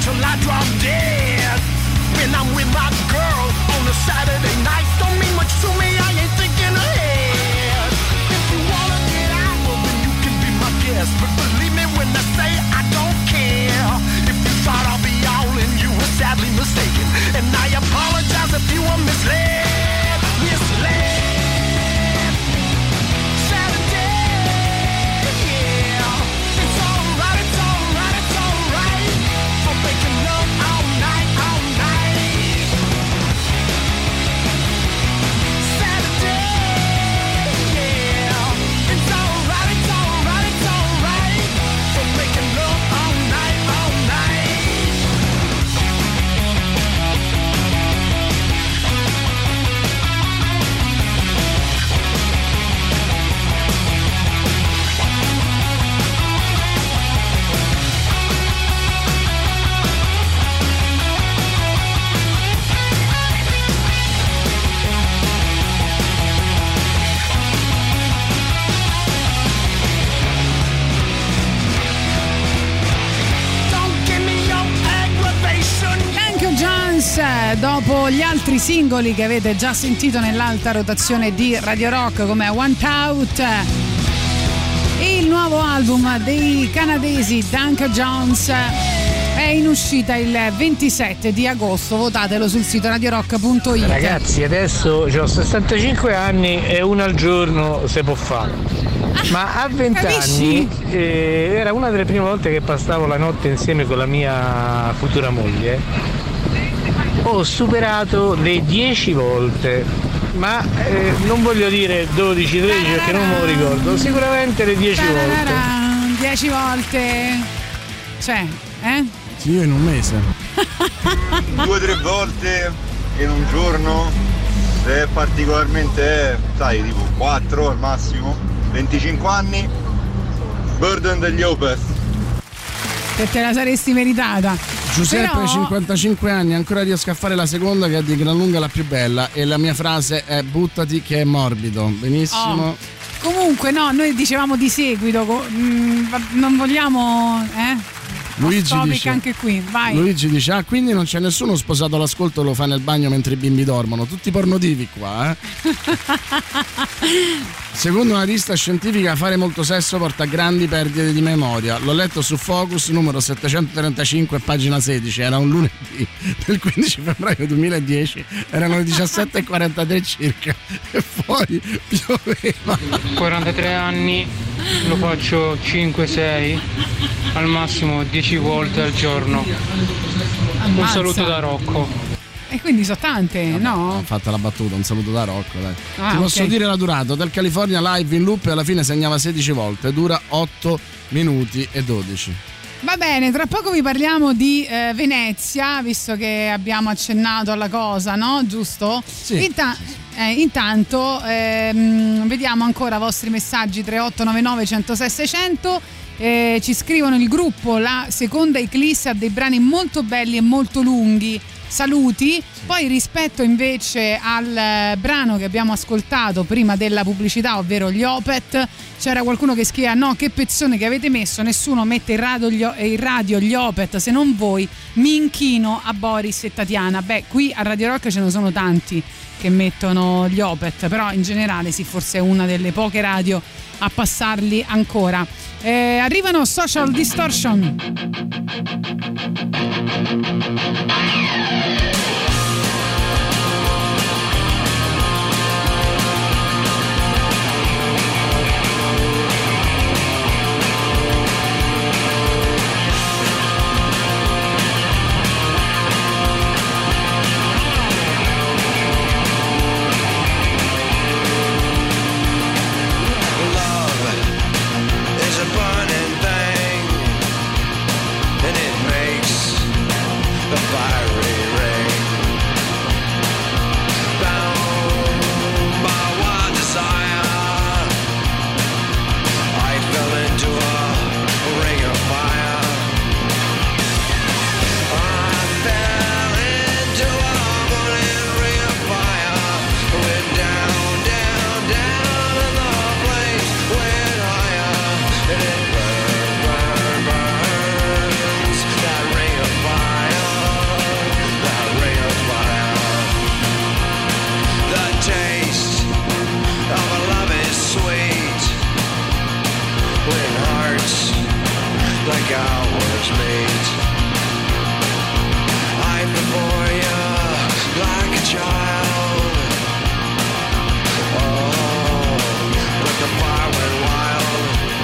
Speaker 5: till I drop dead. When I'm with my girl on a Saturday night, don't mean much to me, I ain't thinking ahead. If you wanna get out, well then you can be my guest, but believe me when I say I don't care. If you thought I'll be all in, you were sadly mistaken, and I apologize if you were misled. Saturday, yeah. It's alright, it's alright, it's alright for making love all night, all night. Saturday, yeah. It's alright, it's alright, it's alright for making love all night, all night.
Speaker 3: Danko Jones, dopo gli altri singoli che avete già sentito nell'alta rotazione di Radio Rock come Want Out e il nuovo album dei canadesi Danko Jones è in uscita il 27 di agosto, votatelo sul sito radiorock.it.
Speaker 19: Ragazzi, adesso ho 65 anni e una al giorno si può fare. Ma a 20 anni era una delle prime volte che passavo la notte insieme con la mia futura moglie. Ho superato le 10 volte, ma non voglio dire 12, 13 perché non me lo ricordo, sicuramente le 10 volte.
Speaker 3: 10 volte, cioè,
Speaker 4: Sì, io in un mese.
Speaker 18: 2 o 3 volte in un giorno, se è particolarmente, sai, tipo 4 al massimo. 25 anni, Burden degli Opeth.
Speaker 3: Che te la saresti meritata.
Speaker 4: Giuseppe,
Speaker 3: Però...
Speaker 4: 55 anni, ancora riesco a fare la seconda che è di gran lunga la più bella e la mia frase è buttati che è morbido. Benissimo.
Speaker 3: Oh. Comunque no, noi dicevamo di seguito, non vogliamo...
Speaker 4: Luigi dice,
Speaker 3: anche qui, vai.
Speaker 4: Luigi dice, quindi non c'è nessuno sposato all'ascolto, lo fa nel bagno mentre i bimbi dormono, tutti pornotivi qua, Secondo una lista scientifica fare molto sesso porta a grandi perdite di memoria. L'ho letto su Focus numero 735 pagina 16, era un lunedì del 15 febbraio 2010, erano le 17:43 circa e fuori pioveva.
Speaker 7: 43 anni, lo faccio 5-6, al massimo 10 volte al giorno.
Speaker 3: Ammazza.
Speaker 7: Un saluto da Rocco.
Speaker 3: E quindi sono tante, no?
Speaker 4: Ho fatto la battuta, un saluto da Rocco, dai. Ti posso
Speaker 3: ok.
Speaker 4: dire la durata del California live in loop e alla fine segnava 16 volte, dura 8 minuti e 12.
Speaker 3: Va bene, tra poco vi parliamo di Venezia, visto che abbiamo accennato alla cosa, no? Giusto?
Speaker 4: Sì.
Speaker 3: Intanto vediamo ancora i vostri messaggi 3899 106 600. Ci scrivono il gruppo, la seconda eclisse ha dei brani molto belli e molto lunghi. Saluti. Poi rispetto invece al brano che abbiamo ascoltato prima della pubblicità, ovvero gli Opeth, c'era qualcuno che scriveva: no, che pezzone che avete messo, nessuno mette in radio gli Opeth se non voi, mi inchino a Boris e Tatiana. Beh, qui a Radio Rock ce ne sono tanti che mettono gli Opeth, però in generale sì, forse è una delle poche radio a passarli ancora. Arrivano Social Distortion.
Speaker 5: It like ours made. I've been for you like a child. Oh, but the fire went wild.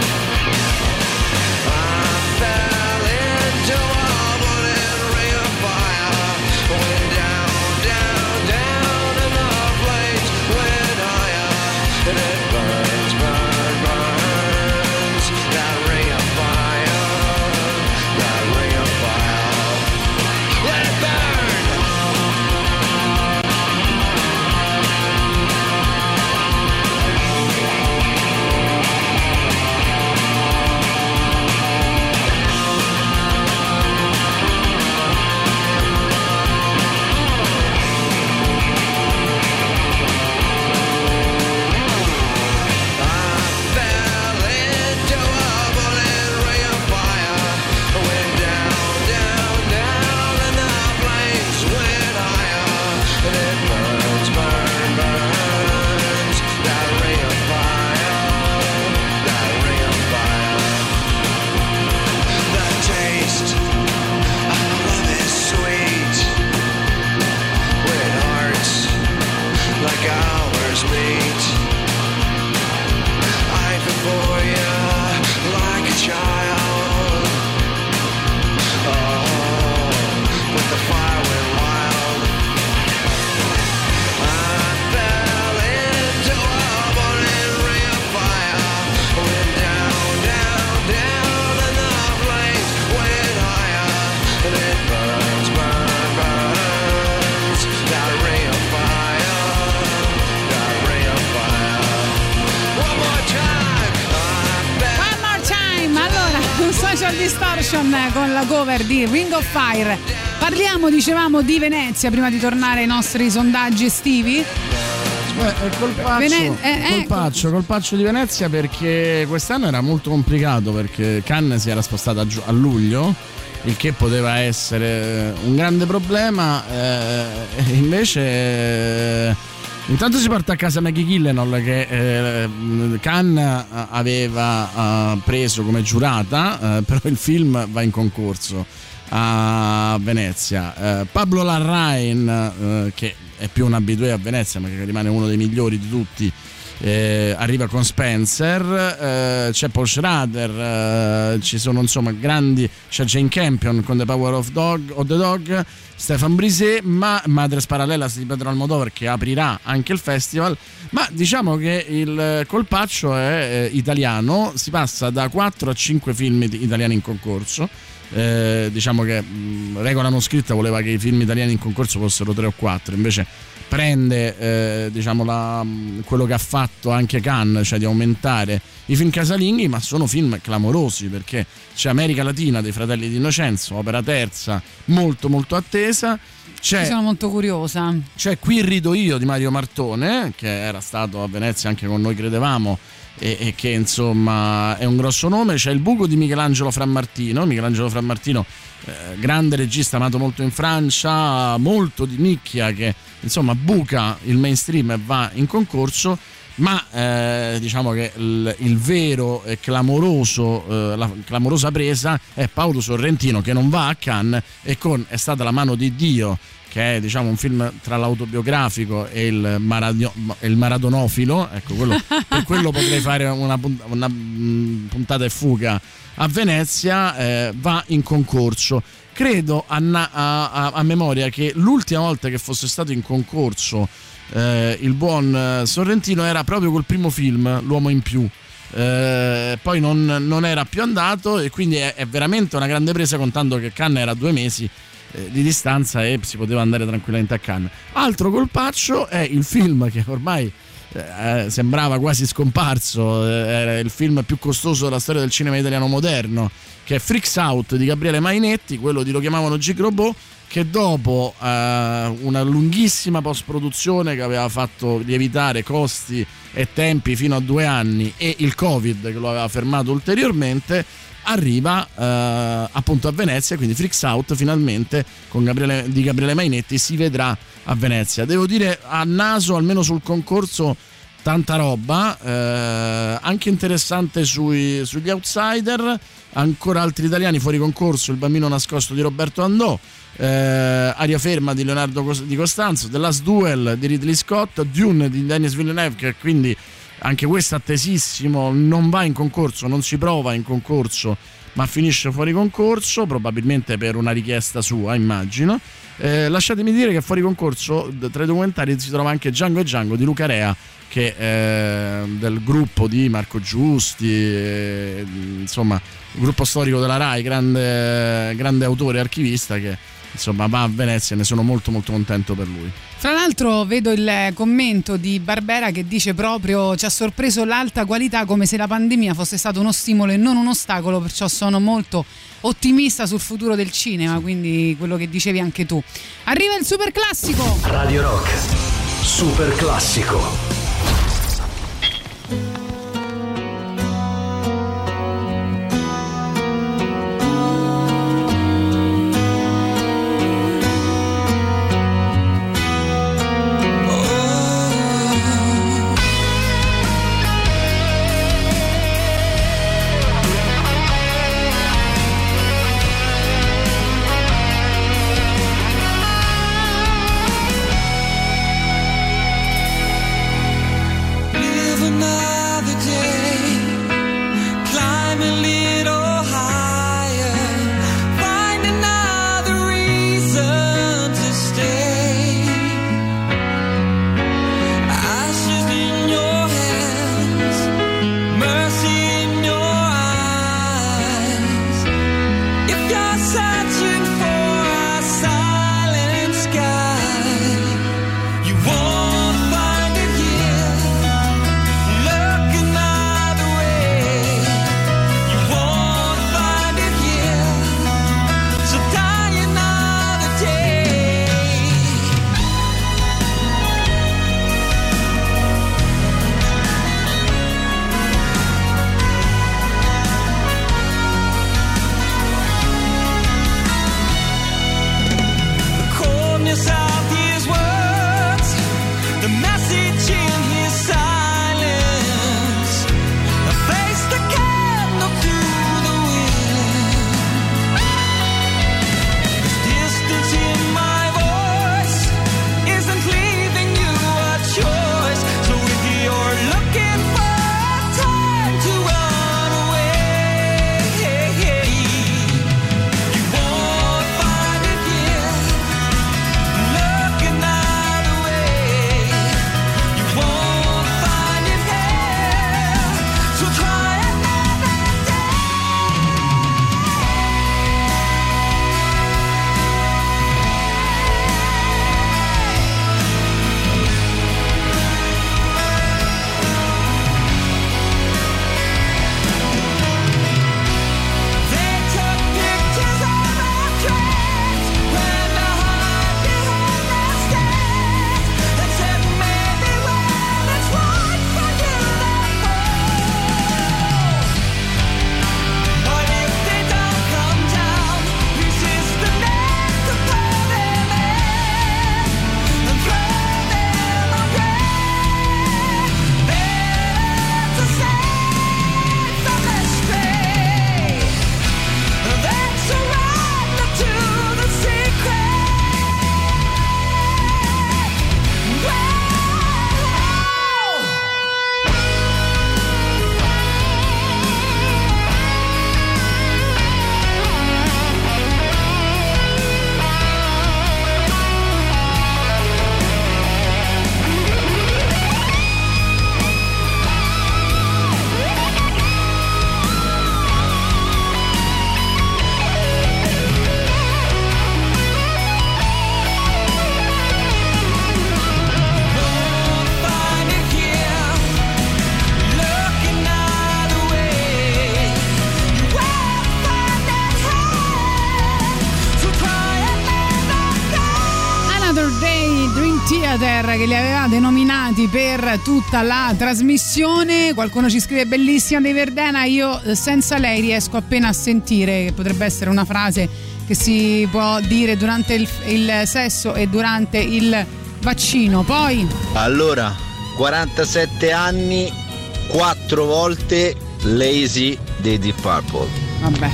Speaker 5: I fell into a burning ring of fire. Went down, down, down, and the flames went higher. And it burns, burns, burns. That ring of fire, that ring of fire. Let it burn. Like ours meet. I feel for you like a child. Oh, but the fire went wild. I fell into a burning ring of fire. Went down, down, down, and the flames went higher. And it burns, burns, burns. That ring of fire.
Speaker 3: Social Distortion con la cover di Ring of Fire. Parliamo, dicevamo, di Venezia prima di tornare ai nostri sondaggi estivi.
Speaker 4: Colpaccio di Venezia, perché quest'anno era molto complicato, perché Cannes si era spostata a luglio, il che poteva essere un grande problema, invece intanto si porta a casa Maggie Gyllenhaal, che Cannes aveva preso come giurata, però il film va in concorso a Venezia. Pablo Larraín, che è più un habitué a Venezia ma che rimane uno dei migliori di tutti, arriva con Spencer, c'è Paul Schrader, ci sono insomma grandi, c'è Jane Campion con The Power of the Dog, Stefan Brisé, ma Madres Paralelas di Pedro Almodóvar, che aprirà anche il festival. Ma diciamo che il colpaccio è italiano, si passa da 4 a 5 film italiani in concorso. Diciamo che regola non scritta voleva che i film italiani in concorso fossero 3 o 4, invece prende quello che ha fatto anche Cannes, cioè di aumentare i film casalinghi, ma sono film clamorosi, perché c'è America Latina dei Fratelli di Innocenzo, opera terza molto molto attesa.
Speaker 3: Sono molto curiosa.
Speaker 4: C'è Qui rido io di Mario Martone, che era stato a Venezia anche con Noi credevamo, e che insomma è un grosso nome. C'è Il buco di Michelangelo Frammartino, grande regista amato molto in Francia, molto di nicchia, che insomma buca il mainstream e va in concorso. Ma diciamo che il vero e la clamorosa presa è Paolo Sorrentino, che non va a Cannes, e con È stata la mano di Dio, che è diciamo un film tra l'autobiografico e il maradonofilo, ecco, per quello potrei fare una puntata e fuga a Venezia, va in concorso. Credo a memoria che l'ultima volta che fosse stato in concorso il buon Sorrentino era proprio col primo film, L'uomo in più. Poi non era più andato, e quindi è veramente una grande presa, contando che Cannes era a 2 mesi di distanza e si poteva andare tranquillamente a Cannes. Altro colpaccio è il film che ormai sembrava quasi scomparso, era il film più costoso della storia del cinema italiano moderno, che è Freaks Out di Gabriele Mainetti, quello di Lo chiamavano Gic Robot, che dopo una lunghissima post-produzione che aveva fatto lievitare costi e tempi fino a 2 anni, e il Covid che lo aveva fermato ulteriormente, arriva appunto a Venezia. Quindi Freaks Out finalmente di Gabriele Mainetti si vedrà a Venezia. Devo dire, a naso, almeno sul concorso, tanta roba, anche interessante sugli outsider. Ancora altri italiani fuori concorso: Il bambino nascosto di Roberto Andò, Aria ferma di Leonardo Di Costanzo, The Last Duel di Ridley Scott, Dune di Denis Villeneuve, che quindi anche questo attesissimo, non va in concorso, non si prova in concorso, ma finisce fuori concorso, probabilmente per una richiesta sua, immagino. Lasciatemi dire che fuori concorso tra i documentari si trova anche Django e Django di Luca Rea, che del gruppo di Marco Giusti, insomma il gruppo storico della Rai, grande autore e archivista, che insomma va a Venezia e ne sono molto molto contento per lui.
Speaker 3: Tra l'altro vedo il commento di Barbera che dice proprio: ci ha sorpreso l'alta qualità, come se la pandemia fosse stato uno stimolo e non un ostacolo, perciò sono molto ottimista sul futuro del cinema, quindi quello che dicevi anche tu. Arriva il super classico.
Speaker 1: Radio Rock super classico.
Speaker 3: Che li aveva denominati per tutta la trasmissione. Qualcuno ci scrive: bellissima dei Verdena, io senza lei riesco appena a sentire, che potrebbe essere una frase che si può dire durante il sesso e durante il vaccino. Poi
Speaker 8: allora 47 anni, 4 volte Lazy dei Deep Purple.
Speaker 3: Vabbè.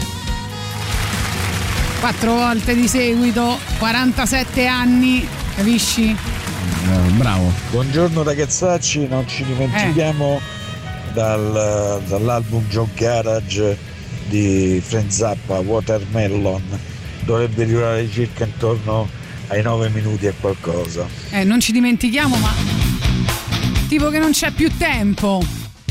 Speaker 3: 4 volte di seguito, 47 anni, capisci?
Speaker 4: Bravo.
Speaker 20: Buongiorno ragazzacci, non ci dimentichiamo dall'album Joe Garage di Frank Zappa, Watermelon. Dovrebbe durare circa intorno ai 9 minuti e qualcosa.
Speaker 3: Non ci dimentichiamo, ma tipo che non c'è più tempo.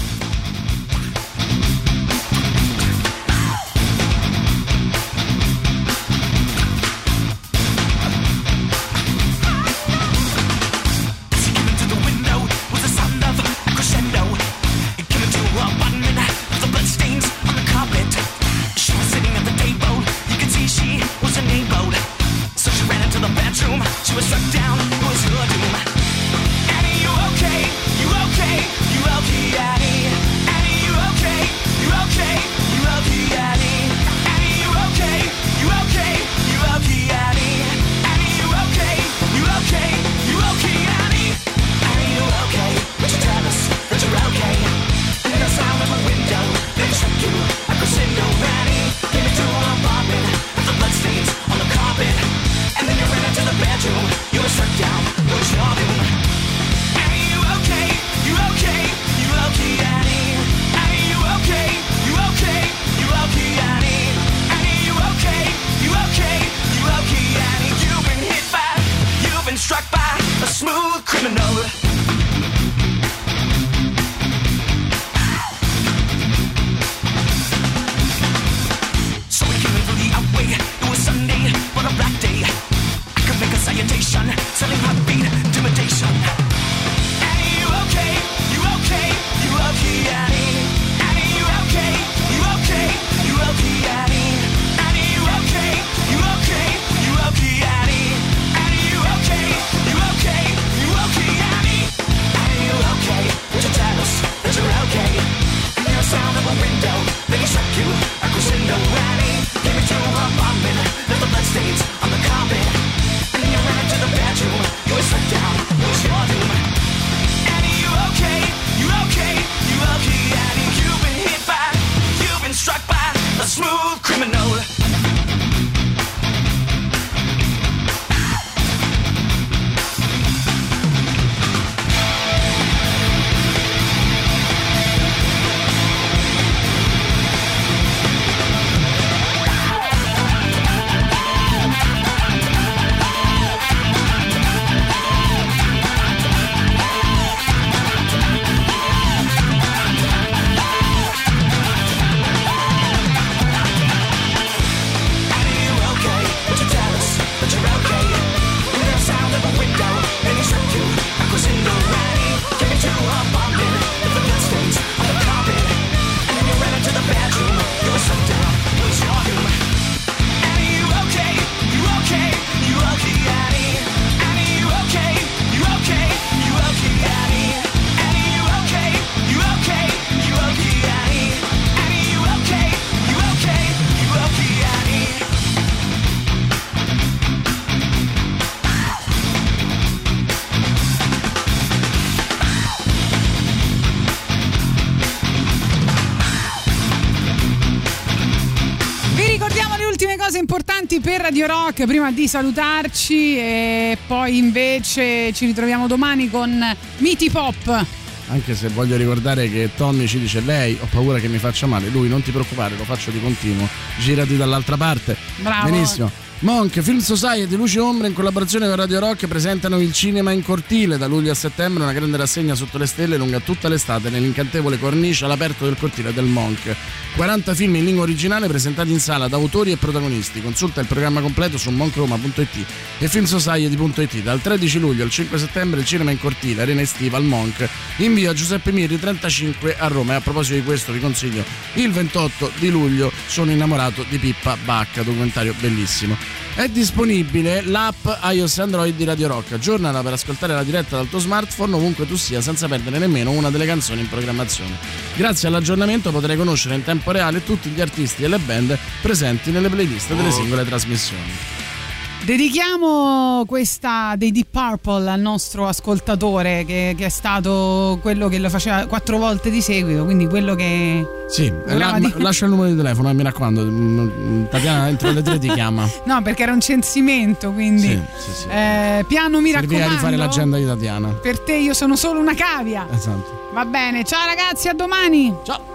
Speaker 5: She was struck down, it was her doom. Annie, you okay? You okay? You okay, Annie? Annie, you okay? You okay? You okay, Annie? Annie, you okay? You okay? You okay, Annie? Annie, you okay? You okay? You okay, Annie? Annie, you okay? Would you tell us that you're okay? And the sound of a window, they struck you a crescendo, Annie. Came into an apartment with the bloodstains on the carpet. And then you ran into the bedroom. You were struck down. It was your doom. Annie, you okay? You okay? You okay, Annie? Annie, you okay? You okay? You okay, Annie? Annie, you okay? You okay? You okay, Annie? You've been hit by, you've been struck by a smooth criminal. So we came in through the outway. It was Sunday, but a black day. Make a salutation, selling heartbeat, intimidation. Annie, you okay? You okay? You okay, Annie? Annie, you okay? You okay? You okay, Annie? Annie, you okay? You okay? You okay, Annie? Annie, you okay? You okay? You okay, Annie? Annie, you okay? Would you tell us that you're okay? And you're the sound of a window, then he struck you a crescendo, Annie. Came into her apartment, left the bloodstains on the carpet. To the bedroom, you were struck down, it was your doom. Annie, you okay? You okay? You okay, Annie? You've been hit by, you've been struck by a smooth criminal.
Speaker 3: Importanti per Radio Rock prima di salutarci, e poi invece ci ritroviamo domani con Miti Pop.
Speaker 4: Anche se voglio ricordare che Tommy ci dice: lei, ho paura che mi faccia male. Lui: non ti preoccupare, lo faccio di continuo, girati dall'altra parte.
Speaker 3: Bravo.
Speaker 4: Benissimo. Monk, Film Society, Luce e Ombre in collaborazione con Radio Rock presentano Il Cinema in Cortile. Da luglio a settembre una grande rassegna sotto le stelle lunga tutta l'estate nell'incantevole cornice all'aperto del cortile del Monk. 40 film in lingua originale presentati in sala da autori e protagonisti. Consulta il programma completo su monkroma.it e filmsociety.it. Dal 13 luglio al 5 settembre Il Cinema in Cortile, arena estiva al Monk, in via Giuseppe Miri 35 a Roma. E a proposito di questo vi consiglio il 28 di luglio Sono innamorato di Pippa Bacca, documentario bellissimo. È disponibile l'app iOS e Android di Radio Rock. Aggiornala per ascoltare la diretta dal tuo smartphone ovunque tu sia, senza perdere nemmeno una delle canzoni in programmazione. Grazie all'aggiornamento potrai conoscere in tempo reale tutti gli artisti e le band presenti nelle playlist delle singole trasmissioni.
Speaker 3: Dedichiamo questa dei Deep Purple al nostro ascoltatore che è stato quello che lo faceva 4 volte di seguito, quindi quello che...
Speaker 4: Sì, lascia il numero di telefono, mi raccomando, Tatiana entro le 3 ti chiama.
Speaker 3: No, perché era un censimento, quindi
Speaker 4: sì.
Speaker 3: piano mi raccomando.
Speaker 4: Serviva di fare l'agenda di Tatiana.
Speaker 3: Per te io sono solo una cavia.
Speaker 4: Esatto.
Speaker 3: Va bene, ciao ragazzi, a domani.
Speaker 4: Ciao.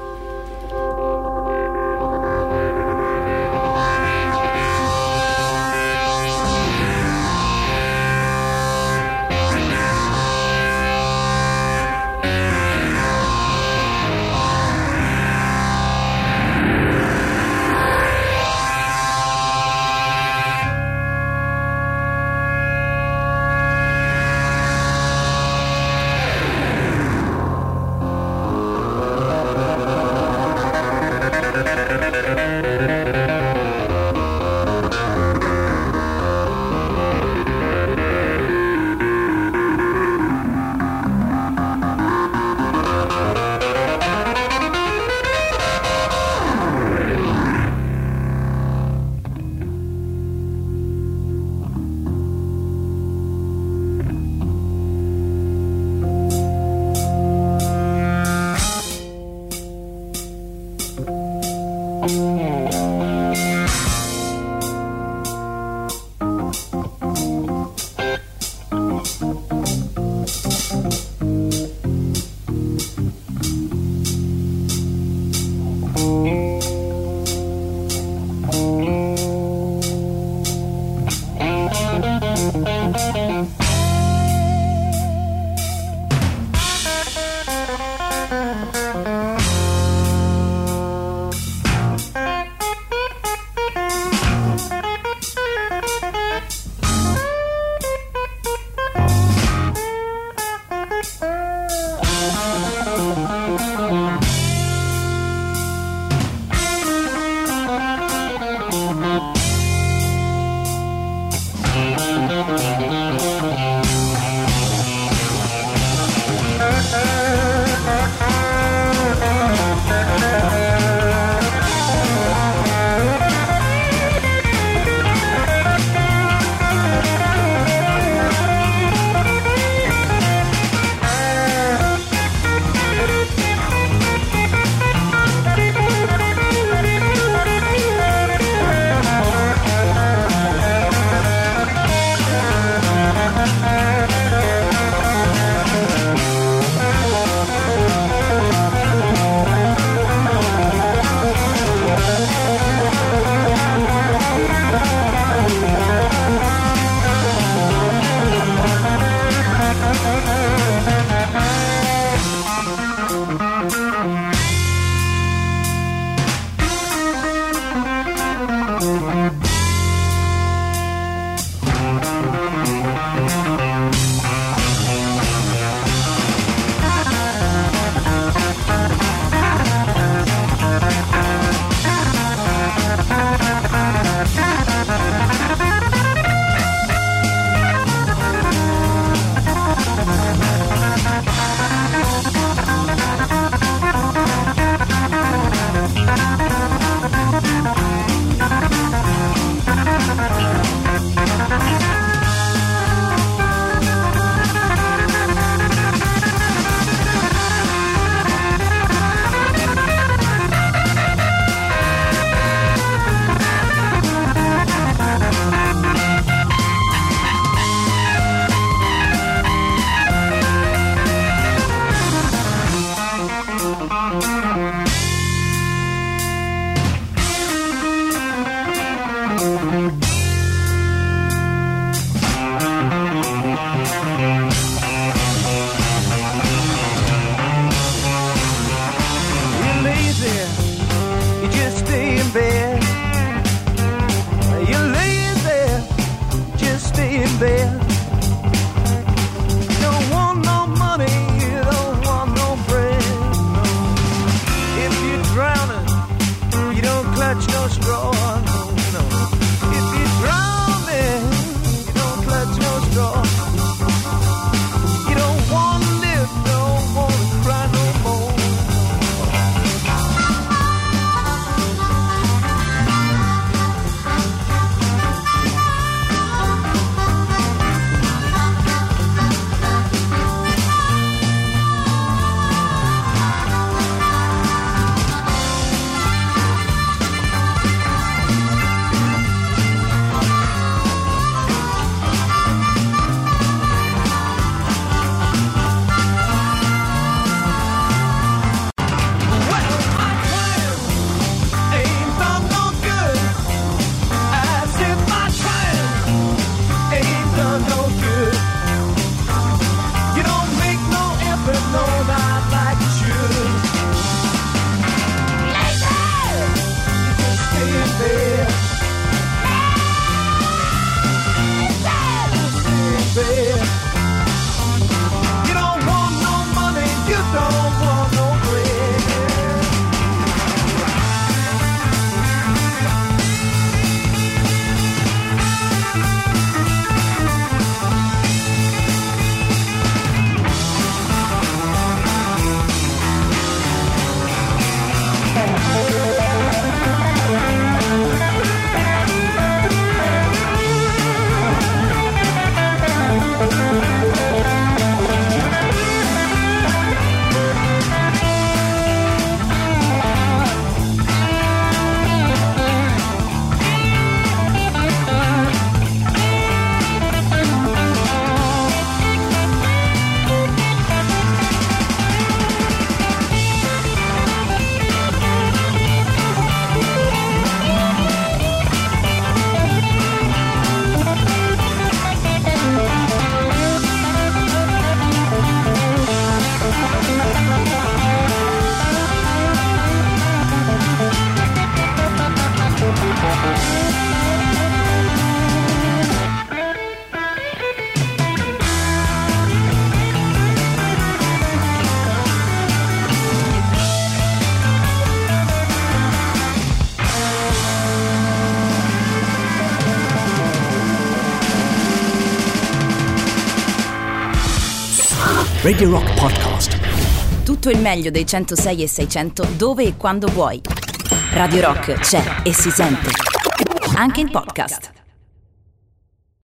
Speaker 1: Radio Rock Podcast.
Speaker 6: Tutto il meglio dei 106 e 600 dove e quando vuoi. Radio Rock c'è e si sente. Anche in podcast.